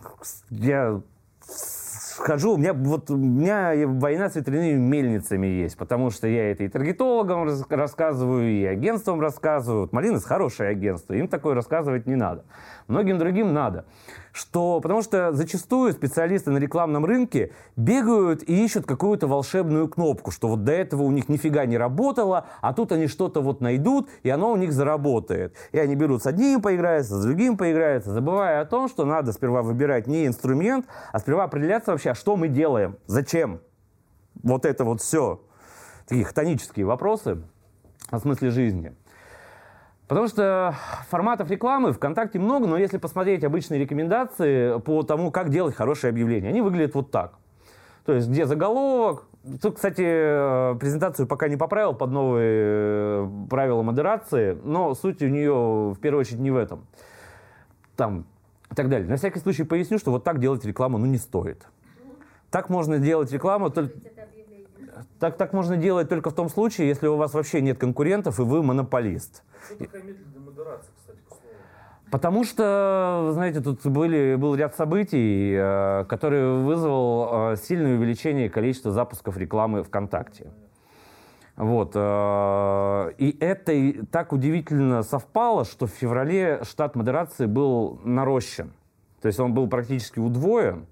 Я хожу, у меня, вот, у меня война с ветряными мельницами есть, потому что я это и таргетологам рас- рассказываю, и агентствам рассказываю. Вот Малинос хорошее агентство, им такое рассказывать не надо. Многим другим надо. Что, потому что зачастую специалисты на рекламном рынке бегают и ищут какую-то волшебную кнопку, что вот до этого у них нифига не работало, а тут они что-то вот найдут, и оно у них заработает. И они берут с одним поиграются, с другим поиграются, забывая о том, что надо сперва выбирать не инструмент, а сперва определяться вообще, а что мы делаем, зачем. Вот это вот все. Такие хтонические вопросы о смысле жизни. Потому что форматов рекламы ВКонтакте много, но если посмотреть обычные рекомендации по тому, как делать хорошее объявление, они выглядят вот так. То есть, где заголовок. Тут, кстати, презентацию пока не поправил под новые правила модерации, но суть у нее в первую очередь не в этом. Там и так далее. На всякий случай поясню, что вот так делать рекламу ну, не стоит. Так можно делать рекламу только... Так, так можно делать только в том случае, если у вас вообще нет конкурентов и вы монополист. Что такая медленная модерация, кстати, к слову? Потому что, знаете, тут были, был ряд событий, э, который вызвал э, сильное увеличение количества запусков рекламы ВКонтакте. Вот, э, и это и так удивительно совпало, что в феврале штат модерации был нарощен. То есть он был практически удвоен.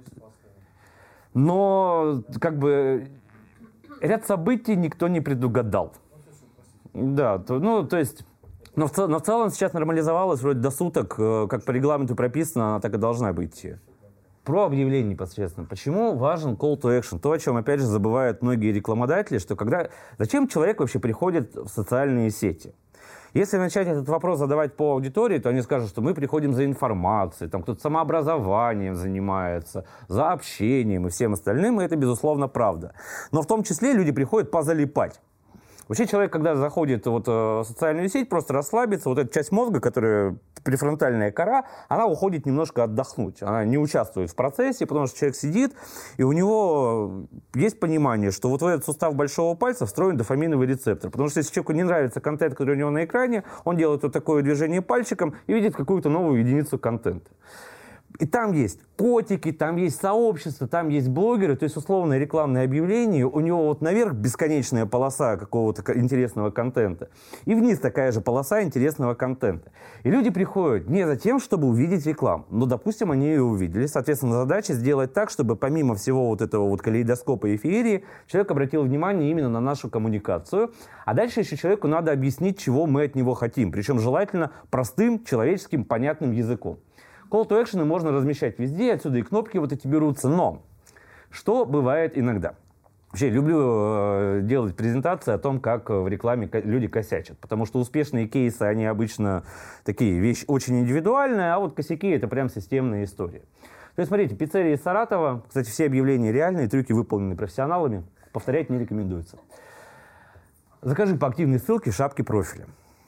Но как бы ряд событий никто не предугадал. Да, то, ну, то есть, но в, цел, но в целом сейчас нормализовалось вроде до суток, э, как по регламенту прописано, она так и должна быть. Про объявление непосредственно. Почему важен call to action? То, о чем, опять же, забывают многие рекламодатели, что когда... Зачем человек вообще приходит в социальные сети? Если начать этот вопрос задавать по аудитории, то они скажут, что мы приходим за информацией, там кто-то самообразованием занимается, за общением и всем остальным, и это, безусловно, правда. Но в том числе люди приходят позалипать. Вообще человек, когда заходит вот, в социальную сеть, просто расслабиться, вот эта часть мозга, которая префронтальная кора, она уходит немножко отдохнуть. Она не участвует в процессе, потому что человек сидит, и у него есть понимание, что вот в этот сустав большого пальца встроен дофаминовый рецептор. Потому что если человеку не нравится контент, который у него на экране, он делает вот такое движение пальчиком и видит какую-то новую единицу контента. И там есть котики, там есть сообщество, там есть блогеры, то есть условное рекламное объявление, у него вот наверх бесконечная полоса какого-то интересного контента, и вниз такая же полоса интересного контента. И люди приходят не за тем, чтобы увидеть рекламу, но, допустим, они ее увидели. Соответственно, задача сделать так, чтобы помимо всего вот этого вот калейдоскопа и феерии, человек обратил внимание именно на нашу коммуникацию, а дальше еще человеку надо объяснить, чего мы от него хотим, причем желательно простым, человеческим, понятным языком. Call to action можно размещать везде, отсюда и кнопки вот эти берутся. Но что бывает иногда? Вообще, люблю э, делать презентации о том, как в рекламе люди косячат. Потому что успешные кейсы, они обычно такие вещи очень индивидуальные, а вот косяки — это прям системная история. То есть, смотрите, пиццерия из Саратова. Кстати, все объявления реальные, трюки выполнены профессионалами. Повторять не рекомендуется. Закажи по активной ссылке шапки профиля.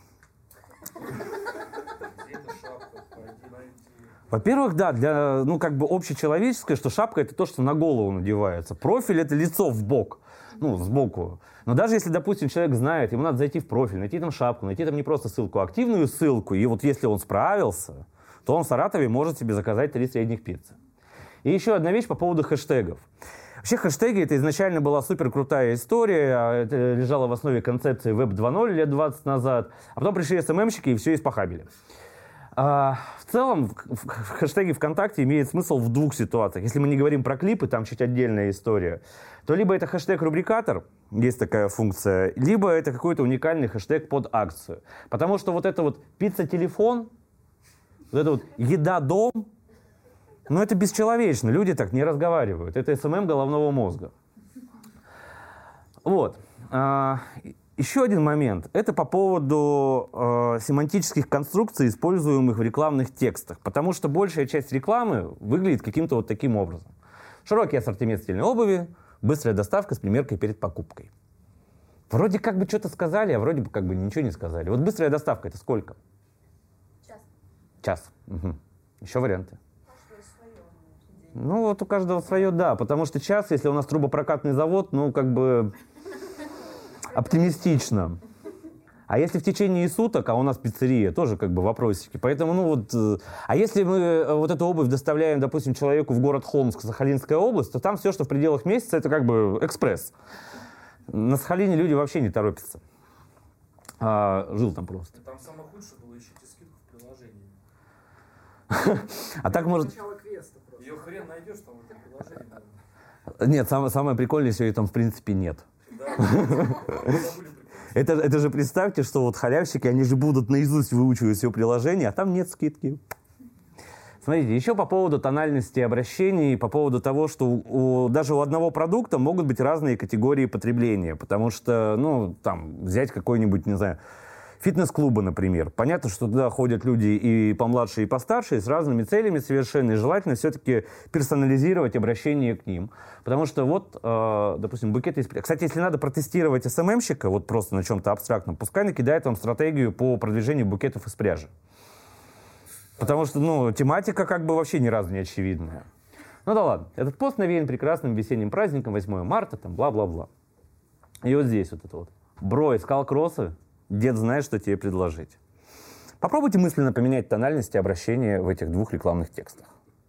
Во-первых, да, для, ну, как бы общечеловеческое, что шапка — это то, что на голову надевается. Профиль — это лицо в бок, ну, сбоку. Но даже если, допустим, человек знает, ему надо зайти в профиль, найти там шапку, найти там не просто ссылку, а активную ссылку, и вот если он справился, то он в Саратове может себе заказать три средних пиццы. И еще одна вещь по поводу хэштегов. Вообще хэштеги — это изначально была супер крутая история, это лежало в основе концепции веб два ноль лет двадцать назад, а потом пришли эс эм эм-щики и все испохабили. А, в целом, в хэштеге ВКонтакте имеет смысл в двух ситуациях. Если мы не говорим про клипы, там чуть отдельная история, то либо это хэштег-рубрикатор, есть такая функция, либо это какой-то уникальный хэштег под акцию. Потому что вот это вот пицца-телефон, вот это вот еда-дом, ну это бесчеловечно, люди так не разговаривают. Это эс эм эм головного мозга. Вот. Еще один момент. Это по поводу э, семантических конструкций, используемых в рекламных текстах. Потому что большая часть рекламы выглядит каким-то вот таким образом. Широкий ассортимент стильной обуви, быстрая доставка с примеркой перед покупкой. Вроде как бы что-то сказали, а вроде бы как бы ничего не сказали. Вот быстрая доставка — это сколько? Час. Час. Угу. Еще варианты. Ну вот у каждого свое, да. Потому что час, если у нас трубопрокатный завод, ну как бы... оптимистично. А если в течение суток, а у нас пиццерия, тоже как бы вопросики. Поэтому, ну вот... А если мы вот эту обувь доставляем, допустим, человеку в город Холмск, Сахалинская область, то там все, что в пределах месяца, это как бы экспресс. На Сахалине люди вообще не торопятся. А, жил там просто. Там самое худшее было, ищите скидку в приложении. А так может... Ее хрен найдешь там в этом приложении. Нет, самое, самое прикольное, что ее там в принципе нет. Это, это же представьте, что вот халявщики, они же будут наизусть выучивать все приложение, а там нет скидки. Смотрите, еще по поводу тональности обращений, по поводу того, что у, у, даже у одного продукта могут быть разные категории потребления, потому что, ну, там, взять какой-нибудь, не знаю, фитнес-клубы, например. Понятно, что туда ходят люди и помладше, и постарше, и с разными целями совершенно, и желательно все-таки персонализировать обращение к ним. Потому что вот, э, допустим, букеты из... Кстати, если надо протестировать эс эм эм-щика, вот просто на чем-то абстрактном, пускай накидает вам стратегию по продвижению букетов из пряжи. Потому что, ну, тематика как бы вообще ни разу не очевидная. Ну да ладно, этот пост навеян прекрасным весенним праздником, восьмое марта, там, бла-бла-бла. И вот здесь вот это вот. Бро, искал кроссы? Дед знает, что тебе предложить. Попробуйте мысленно поменять тональности обращения в этих двух рекламных текстах.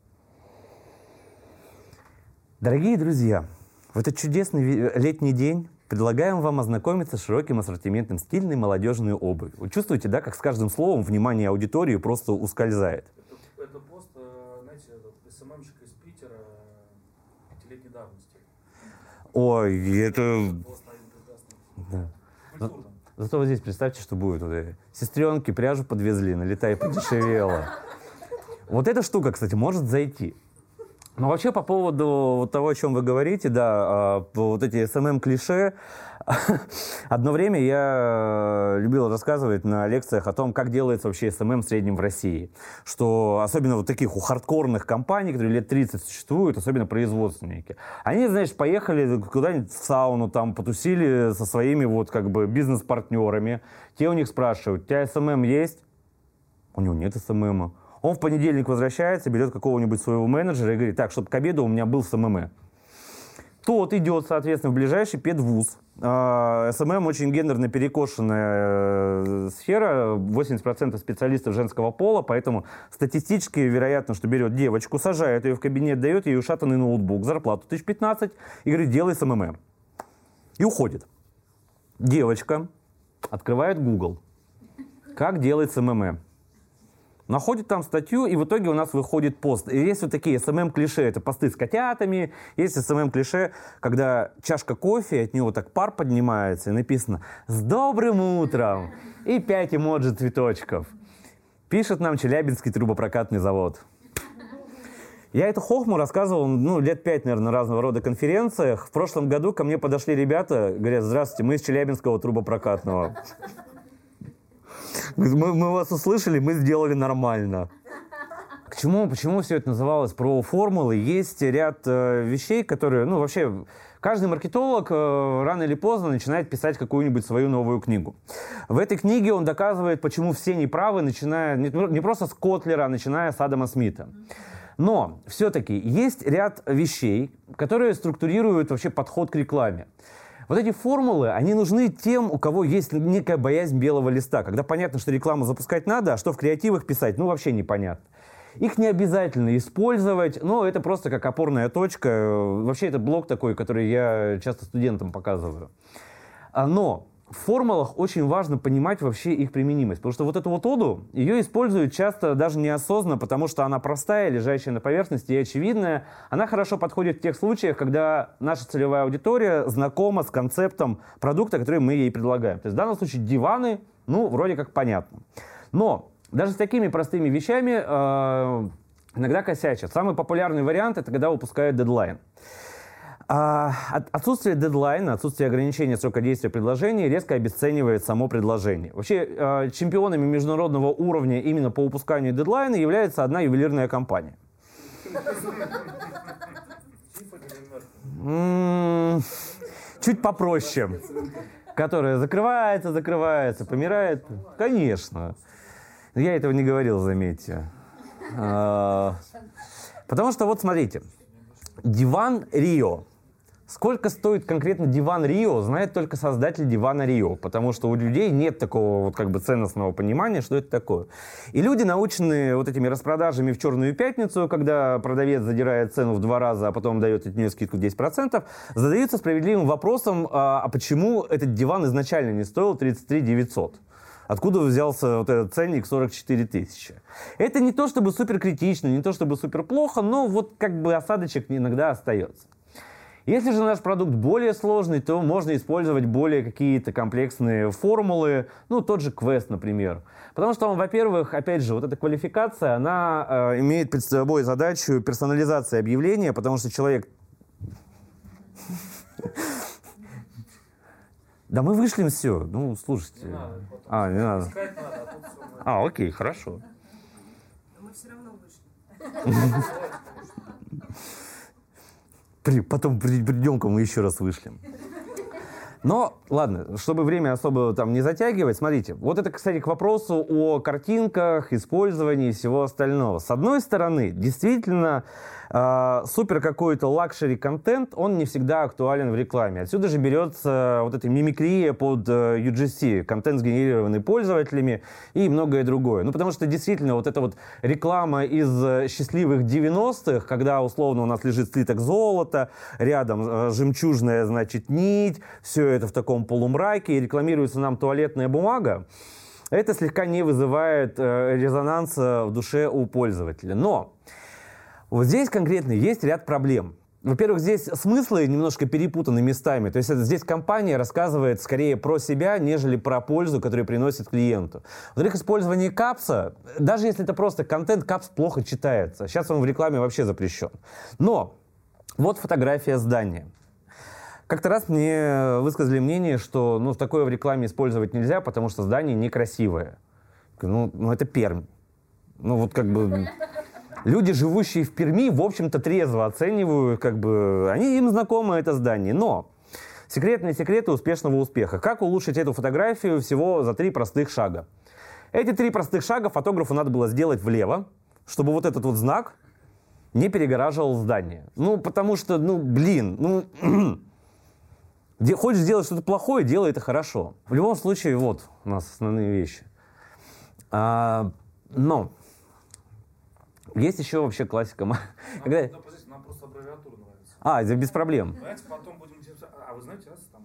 Дорогие друзья, в этот чудесный летний день предлагаем вам ознакомиться с широким ассортиментом стильной молодежной обуви. Вы чувствуете, да, как с каждым словом внимание аудитории просто ускользает? Это, это пост, знаете, эс эм эм-щик из Питера пятилетней давности. Ой, это... Пост один прекрасный. Да. Зато вот здесь представьте, что будет. Вот, сестренки пряжу подвезли, налетай подешевело. Вот эта штука, кстати, может зайти. Но вообще по поводу вот того, о чем вы говорите, да, вот эти эс эм эм-клише, Одно время я любил рассказывать на лекциях о том, как делается вообще эс эм эм в среднем в России. Что особенно вот таких у хардкорных компаний, которые лет тридцать существуют, особенно производственники. Они, знаешь, поехали куда-нибудь в сауну, там потусили со своими вот как бы бизнес-партнерами. Те у них спрашивают: у тебя эс эм эм есть? У него нет эс эм эм. Он в понедельник возвращается, берет какого-нибудь своего менеджера и говорит: так, чтобы к обеду у меня был эс эм эм. Тот идет, соответственно, в ближайший педвуз. эс эм эм очень гендерно перекошенная сфера, восемьдесят процентов специалистов женского пола, поэтому статистически вероятно, что берет девочку, сажает ее в кабинет, дает ей ушатанный ноутбук, зарплату тысяч пятнадцать и говорит: делай эс эм эм. И уходит. Девочка открывает Google. Как делать эс эм эм? Находит там статью, и в итоге у нас выходит пост. И есть вот такие эс эм эм-клише. Это посты с котятами. Есть эс эм эм-клише, когда чашка кофе, от него так пар поднимается, и написано «С добрым утром!» и пять эмоджи цветочков. Пишет нам Челябинский трубопрокатный завод. Я эту хохму рассказывал, ну, лет пять, наверное, на разного рода конференциях. В прошлом году ко мне подошли ребята, говорят: здравствуйте, мы из Челябинского трубопрокатного. Мы, мы вас услышали, мы сделали нормально. К чему, почему все это называлось про формулы? Есть ряд э, вещей, которые, ну, вообще, каждый маркетолог э, рано или поздно начинает писать какую-нибудь свою новую книгу. В этой книге он доказывает, почему все неправы, начиная не, не просто с Котлера, а начиная с Адама Смита. Но все-таки есть ряд вещей, которые структурируют вообще подход к рекламе. Вот эти формулы, они нужны тем, у кого есть некая боязнь белого листа, когда понятно, что рекламу запускать надо, а что в креативах писать, ну, вообще непонятно. Их не обязательно использовать, но это просто как опорная точка. Вообще это блок такой, который я часто студентам показываю. Но в формулах очень важно понимать вообще их применимость, потому что вот эту вот оду, ее используют часто даже неосознанно, потому что она простая, лежащая на поверхности и очевидная. Она хорошо подходит в тех случаях, когда наша целевая аудитория знакома с концептом продукта, который мы ей предлагаем. То есть в данном случае диваны, ну, вроде как понятно. Но даже с такими простыми вещами э, иногда косячат. Самый популярный вариант – это когда выпускают дедлайн. А, отсутствие дедлайна, отсутствие ограничения срока действия предложения резко обесценивает само предложение. Вообще, э, чемпионами международного уровня именно по выпусканию дедлайна является одна ювелирная компания. Чуть попроще. Которая закрывается, закрывается, помирает. Конечно. Я этого не говорил, заметьте. Потому что вот смотрите. Диван Рио. Сколько стоит конкретно диван Рио, знает только создатель дивана Рио, потому что у людей нет такого вот как бы ценностного понимания, что это такое. И люди, наученные вот этими распродажами в Черную пятницу, когда продавец задирает цену в два раза, а потом дает от нее скидку десять процентов, задаются справедливым вопросом, а, а почему этот диван изначально не стоил тридцать три тысячи девятьсот? Откуда взялся вот этот ценник сорок четыре тысячи? Это не то чтобы супер критично, не то чтобы супер плохо, но вот как бы осадочек иногда остается. Если же наш продукт более сложный, то можно использовать более какие-то комплексные формулы, ну, тот же квест, например. Потому что он, во-первых, опять же, вот эта квалификация, она э, имеет перед собой задачу персонализации объявления, потому что человек... Да мы вышлем все. Ну, слушайте. Не надо. А, не надо. Искать надо, а тут все мы- А, окей, хорошо. Но мы все равно вышли. При, потом при, придем-ка мы еще раз вышлем. Но, ладно, чтобы время особо там не затягивать, смотрите. Вот это, кстати, к вопросу о картинках, использовании и всего остального. С одной стороны, действительно, э, супер какой-то лакшери-контент, он не всегда актуален в рекламе. Отсюда же берется вот эта мимикрия под э, ю джи си, контент, сгенерированный пользователями и многое другое. Ну, потому что действительно вот эта вот реклама из э, счастливых девяностых, когда условно у нас лежит слиток золота, рядом э, жемчужная, значит, нить, все это в таком полумраке, и рекламируется нам туалетная бумага, это слегка не вызывает э, резонанса в душе у пользователя. Но вот здесь конкретно есть ряд проблем. Во-первых, здесь смыслы немножко перепутаны местами. То есть это, здесь компания рассказывает скорее про себя, нежели про пользу, которую приносит клиенту. Во-вторых, использование капса, даже если это просто контент, капс плохо читается. Сейчас он в рекламе вообще запрещен. Но вот фотография здания. Как-то раз мне высказали мнение, что ну, такое в рекламе использовать нельзя, потому что здание некрасивое. Ну, ну это Пермь. Ну, вот как бы... Люди, живущие в Перми, в общем-то, трезво оценивают, как бы... Они, им знакомо это здание. Но секретные секреты успешного успеха. Как улучшить эту фотографию всего за три простых шага? Эти три простых шага фотографу надо было сделать влево, чтобы вот этот вот знак не перегораживал здание. Ну, потому что, ну, блин, ну... Где хочешь сделать что-то плохое, делай это хорошо. В любом случае, вот у нас основные вещи. А, но есть еще вообще классика. Нам, Когда... да, подождите, нам просто аббревиатура нравится. А, это без проблем. Давайте потом будем... А вы знаете, раз там...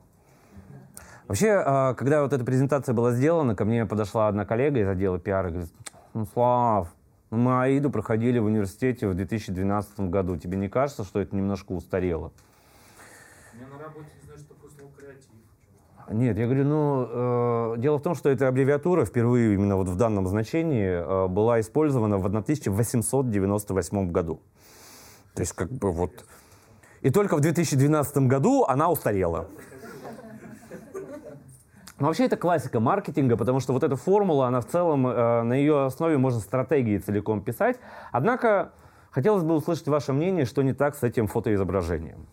Вообще, когда вот эта презентация была сделана, ко мне подошла одна коллега из отдела пиара и говорит: ну, Слав, мы АИДу проходили в университете в две тысячи двенадцатом году. Тебе не кажется, что это немножко устарело? У меня на работе не знаю, что такое слово креатив. Нет, я говорю, ну, э, дело в том, что эта аббревиатура впервые именно вот в данном значении э, была использована в тысяча восемьсот девяносто восьмом году. То есть, как бы вот... И только в две тысячи двенадцатом году она устарела. Но вообще это классика маркетинга, потому что вот эта формула, она в целом, э, на ее основе можно стратегии целиком писать. Однако, хотелось бы услышать ваше мнение, что не так с этим фотоизображением.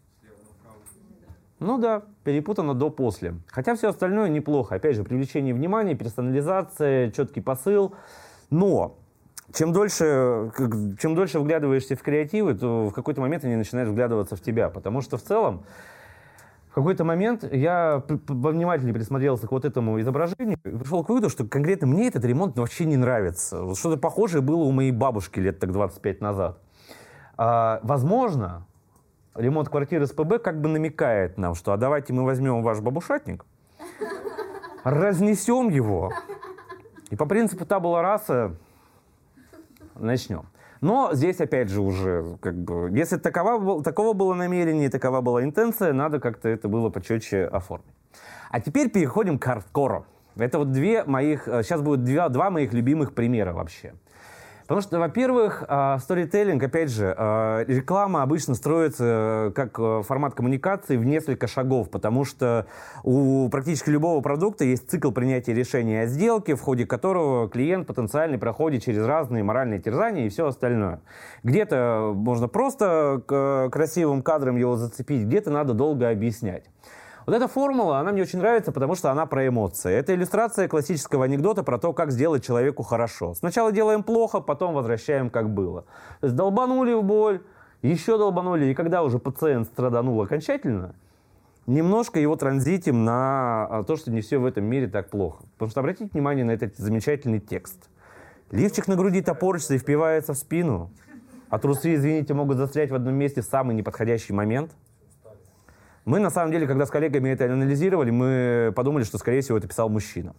Ну да, перепутано до-после. Хотя все остальное неплохо. Опять же, привлечение внимания, персонализация, четкий посыл. Но чем дольше, чем дольше вглядываешься в креативы, то в какой-то момент они начинают вглядываться в тебя. Потому что в целом, в какой-то момент я повнимательнее присмотрелся к вот этому изображению и пришел к выводу, что конкретно мне этот ремонт вообще не нравится. Вот что-то похожее было у моей бабушки лет так двадцать пять назад. А, возможно... Ремонт квартиры с ПБ как бы намекает нам, что а давайте мы возьмем ваш бабушатник, разнесем его, и по принципу табула раса начнем. Но здесь, опять же, уже, как бы, если такова, такого было намерение, такова была интенция, надо как-то это было почетче оформить. А теперь переходим к хардкору. Это вот две моих, сейчас будут два, два моих любимых примера вообще. Потому что, во-первых, сторителлинг, опять же, реклама обычно строится как формат коммуникации в несколько шагов, потому что у практически любого продукта есть цикл принятия решения о сделке, в ходе которого клиент потенциально проходит через разные моральные терзания и все остальное. Где-то можно просто красивым кадром его зацепить, где-то надо долго объяснять. Вот эта формула, она мне очень нравится, потому что она про эмоции. Это иллюстрация классического анекдота про то, как сделать человеку хорошо. Сначала делаем плохо, потом возвращаем, как было. То есть долбанули в боль, еще долбанули, и когда уже пациент страданул окончательно, немножко его транзитим на то, что не все в этом мире так плохо. Потому что обратите внимание на этот замечательный текст. Лифчик на груди топорщится и впивается в спину, а трусы, извините, могут застрять в одном месте в самый неподходящий момент. Мы, на самом деле, когда с коллегами это анализировали, мы подумали, что, скорее всего, это писал мужчина.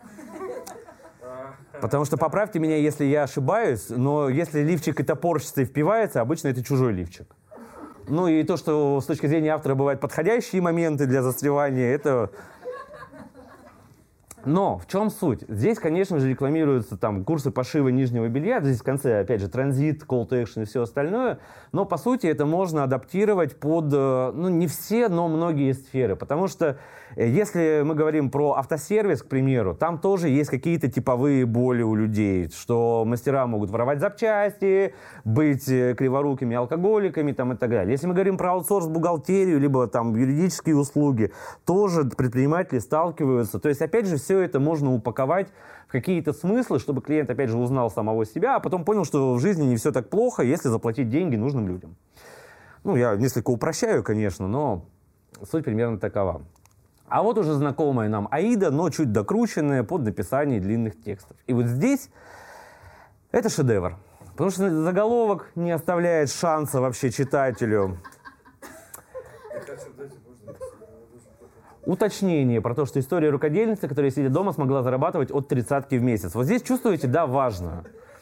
Потому что, поправьте меня, если я ошибаюсь, но если лифчик и топорщится и впивается, обычно это чужой лифчик. Ну и то, что с точки зрения автора бывают подходящие моменты для застревания, это... Но в чем суть? Здесь, конечно же, рекламируются там курсы пошива нижнего белья. Здесь в конце, опять же, транзит, call to action и все остальное. Но, по сути, это можно адаптировать под, ну, не все, но многие сферы. Потому что, если мы говорим про автосервис, к примеру, там тоже есть какие-то типовые боли у людей, что мастера могут воровать запчасти, быть криворукими алкоголиками там, и так далее. Если мы говорим про аутсорс-бухгалтерию, либо там юридические услуги, тоже предприниматели сталкиваются. То есть, опять же, все это можно упаковать в какие-то смыслы, чтобы клиент, опять же, узнал самого себя, а потом понял, что в жизни не все так плохо, если заплатить деньги нужным людям. Ну, я несколько упрощаю, конечно, но суть примерно такова. А вот уже знакомая нам АИДа, но чуть докрученная под написание длинных текстов. И вот здесь это шедевр. Потому что заголовок не оставляет шанса вообще читателю. Уточнение про то, что история рукодельницы, которая, сидя дома, смогла зарабатывать от тридцатки в месяц. Вот здесь чувствуете, да, важно.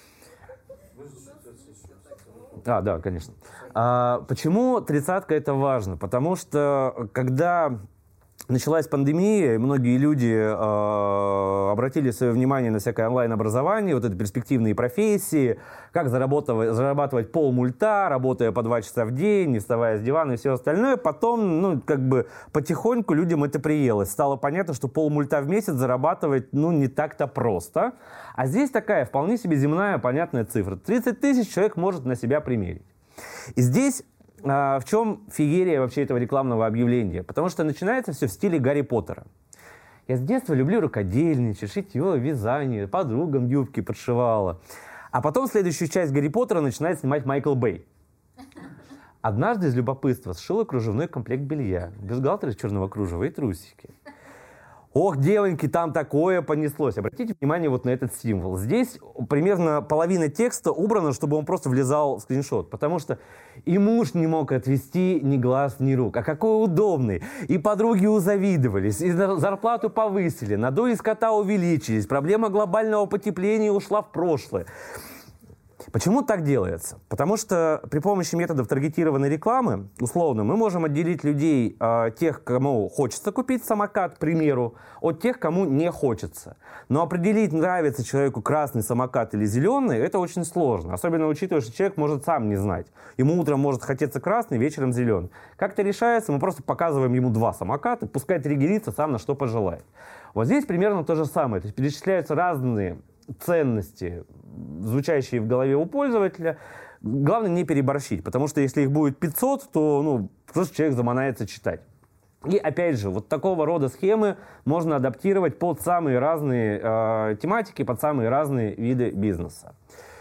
А, да, конечно. А, почему тридцатка это важно? Потому что, когда началась пандемия, и многие люди э, обратили свое внимание на всякое онлайн-образование, вот это перспективные профессии, как зарабатывать, зарабатывать полмульта, работая по два часа в день, не вставая с дивана и все остальное. Потом, ну, как бы потихоньку людям это приелось. Стало понятно, что полмульта в месяц зарабатывать, ну, не так-то просто. А здесь такая вполне себе земная, понятная цифра. тридцать тысяч человек может на себя примерить. И здесь... В чем феерия вообще этого рекламного объявления? Потому что начинается все в стиле Гарри Поттера. Я с детства люблю рукодельничать, шитье, вязание, подругам юбки подшивала. А потом следующую часть Гарри Поттера начинает снимать Майкл Бэй. Однажды из любопытства сшила кружевной комплект белья, бюстгальтер из черного кружева и трусики. Ох, девоньки, там такое понеслось. Обратите внимание вот на этот символ. Здесь примерно половина текста убрана, чтобы он просто влезал в скриншот. Потому что и муж не мог отвести ни глаз, ни рук. А какой удобный. И подруги узавидовались, и зарплату повысили, надои скота увеличились, проблема глобального потепления ушла в прошлое. Почему так делается? Потому что при помощи методов таргетированной рекламы, условно, мы можем отделить людей, э, тех, кому хочется купить самокат, к примеру, от тех, кому не хочется. Но определить, нравится человеку красный самокат или зеленый, это очень сложно. Особенно учитывая, что человек может сам не знать. Ему утром может хотеться красный, вечером зеленый. Как это решается? Мы просто показываем ему два самоката, пускай триггерится сам на что пожелает. Вот здесь примерно то же самое. То есть перечисляются разные ценности, звучащие в голове у пользователя. Главное не переборщить, потому что если их будет пятьсот, то ну, просто человек заманается читать. И опять же, вот такого рода схемы можно адаптировать под самые разные э, тематики, под самые разные виды бизнеса.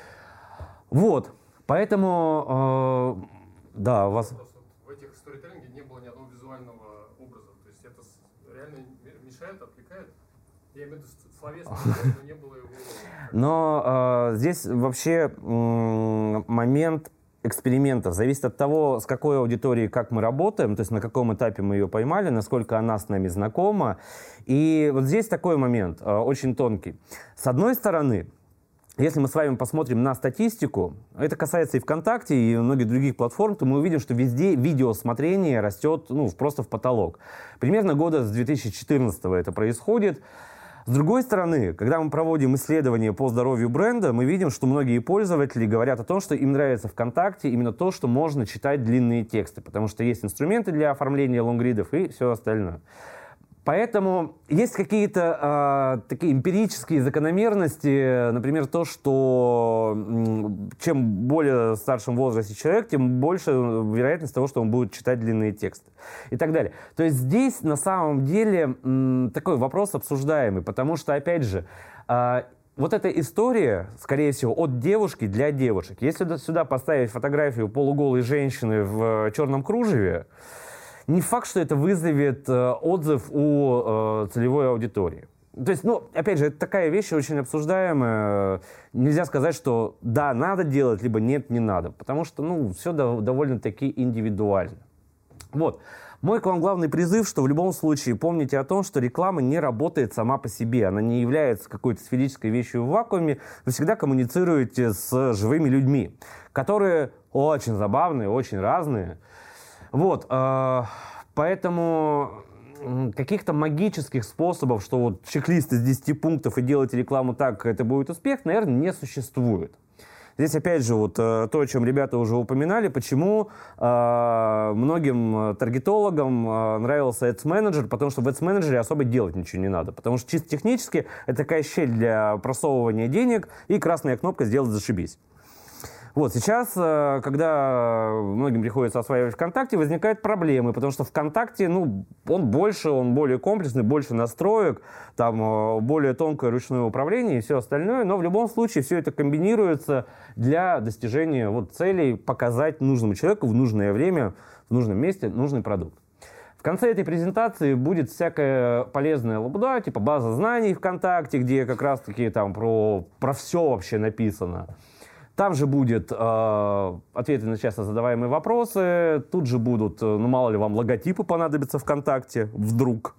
Вот, поэтому, э, да, у вас... В этих сторителлинге не было ни одного визуального образа, то есть это реально мешает, отвлекает? Я имею в виду словесно, но не было его... Но э, здесь вообще м- момент экспериментов зависит от того, с какой аудиторией, как мы работаем, то есть на каком этапе мы ее поймали, насколько она с нами знакома. И вот здесь такой момент э, очень тонкий. С одной стороны, если мы с вами посмотрим на статистику, это касается и ВКонтакте, и многих других платформ, то мы увидим, что везде видеосмотрение растет ну, просто в потолок. Примерно года с две тысячи четырнадцатого это происходит. С другой стороны, когда мы проводим исследования по здоровью бренда, мы видим, что многие пользователи говорят о том, что им нравится ВКонтакте именно то, что можно читать длинные тексты, потому что есть инструменты для оформления лонгридов и все остальное. Поэтому есть какие-то э, такие эмпирические закономерности, например, то, что м, чем более в старшем возрасте человек, тем больше вероятность того, что он будет читать длинные тексты и так далее. То есть здесь на самом деле м, такой вопрос обсуждаемый, потому что, опять же, э, вот эта история, скорее всего, от девушки для девушек. Если сюда поставить фотографию полуголой женщины в черном кружеве, не факт, что это вызовет э, отзыв у э, целевой аудитории. То есть, ну, опять же, это такая вещь очень обсуждаемая. Нельзя сказать, что да, надо делать, либо нет, не надо. Потому что, ну, все до- довольно-таки индивидуально. Вот. Мой к вам главный призыв, что в любом случае помните о том, что реклама не работает сама по себе. Она не является какой-то сферической вещью в вакууме. Вы всегда коммуницируете с живыми людьми, которые очень забавные, очень разные. Вот, э, поэтому каких-то магических способов, что вот чек-лист из десяти пунктов и делать рекламу так, это будет успех, наверное, не существует. Здесь опять же вот э, то, о чем ребята уже упоминали, почему э, многим таргетологам э, нравился Ads Manager, потому что в Ads Manager особо делать ничего не надо, потому что чисто технически это такая щель для просовывания денег и красная кнопка «Сделать, зашибись». Вот, сейчас, когда многим приходится осваивать ВКонтакте, возникают проблемы, потому что ВКонтакте, ну, он больше, он более комплексный, больше настроек, там более тонкое ручное управление и все остальное, но в любом случае все это комбинируется для достижения вот целей, показать нужному человеку в нужное время, в нужном месте нужный продукт. В конце этой презентации будет всякая полезная лабуда, типа база знаний ВКонтакте, где как раз-таки там про, про все вообще написано. Там же будет э, ответы на часто задаваемые вопросы, тут же будут, ну мало ли вам логотипы понадобятся ВКонтакте, вдруг.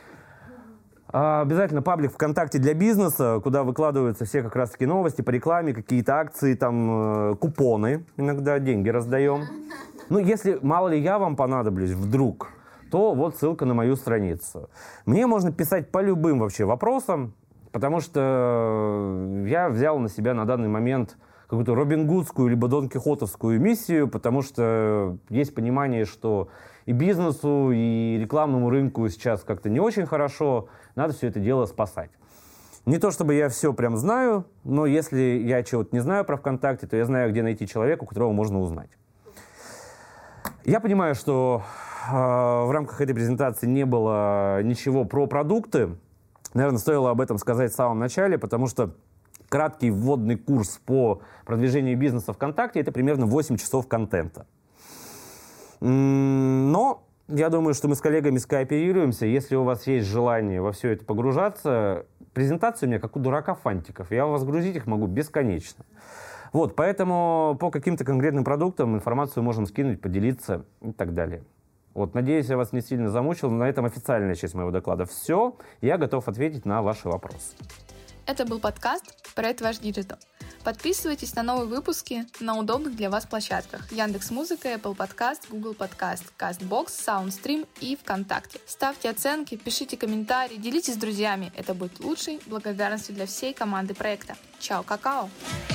А, обязательно паблик ВКонтакте для бизнеса, куда выкладываются все как раз-таки новости по рекламе, какие-то акции, там э, купоны, иногда деньги раздаем. Ну, если мало ли я вам понадоблюсь, вдруг, то вот ссылка на мою страницу. Мне можно писать по любым вообще вопросам, потому что я взял на себя на данный момент какую-то Робин Гудскую либо Дон Кихотовскую миссию, потому что есть понимание, что и бизнесу, и рекламному рынку сейчас как-то не очень хорошо, надо все это дело спасать. Не то чтобы я все прям знаю, но если я чего-то не знаю про ВКонтакте, то я знаю, где найти человека, у которого можно узнать. Я понимаю, что э, в рамках этой презентации не было ничего про продукты. Наверное, стоило об этом сказать в самом начале, потому что краткий вводный курс по продвижению бизнеса ВКонтакте – это примерно восемь часов контента. Но я думаю, что мы с коллегами скооперируемся. Если у вас есть желание во все это погружаться, презентации у меня как у дурака фантиков. Я у вас грузить их могу бесконечно. Вот, поэтому по каким-то конкретным продуктам информацию можем скинуть, поделиться и так далее. Вот, надеюсь, я вас не сильно замучил. На этом официальная часть моего доклада все. Я готов ответить на ваши вопросы. Это был подкаст «Проект Ваш Диджитал». Подписывайтесь на новые выпуски на удобных для вас площадках: Яндекс.Музыка, Apple Podcast, Google Podcast, CastBox, SoundStream и ВКонтакте. Ставьте оценки, пишите комментарии, делитесь с друзьями. Это будет лучшей благодарностью для всей команды проекта. Чао, какао!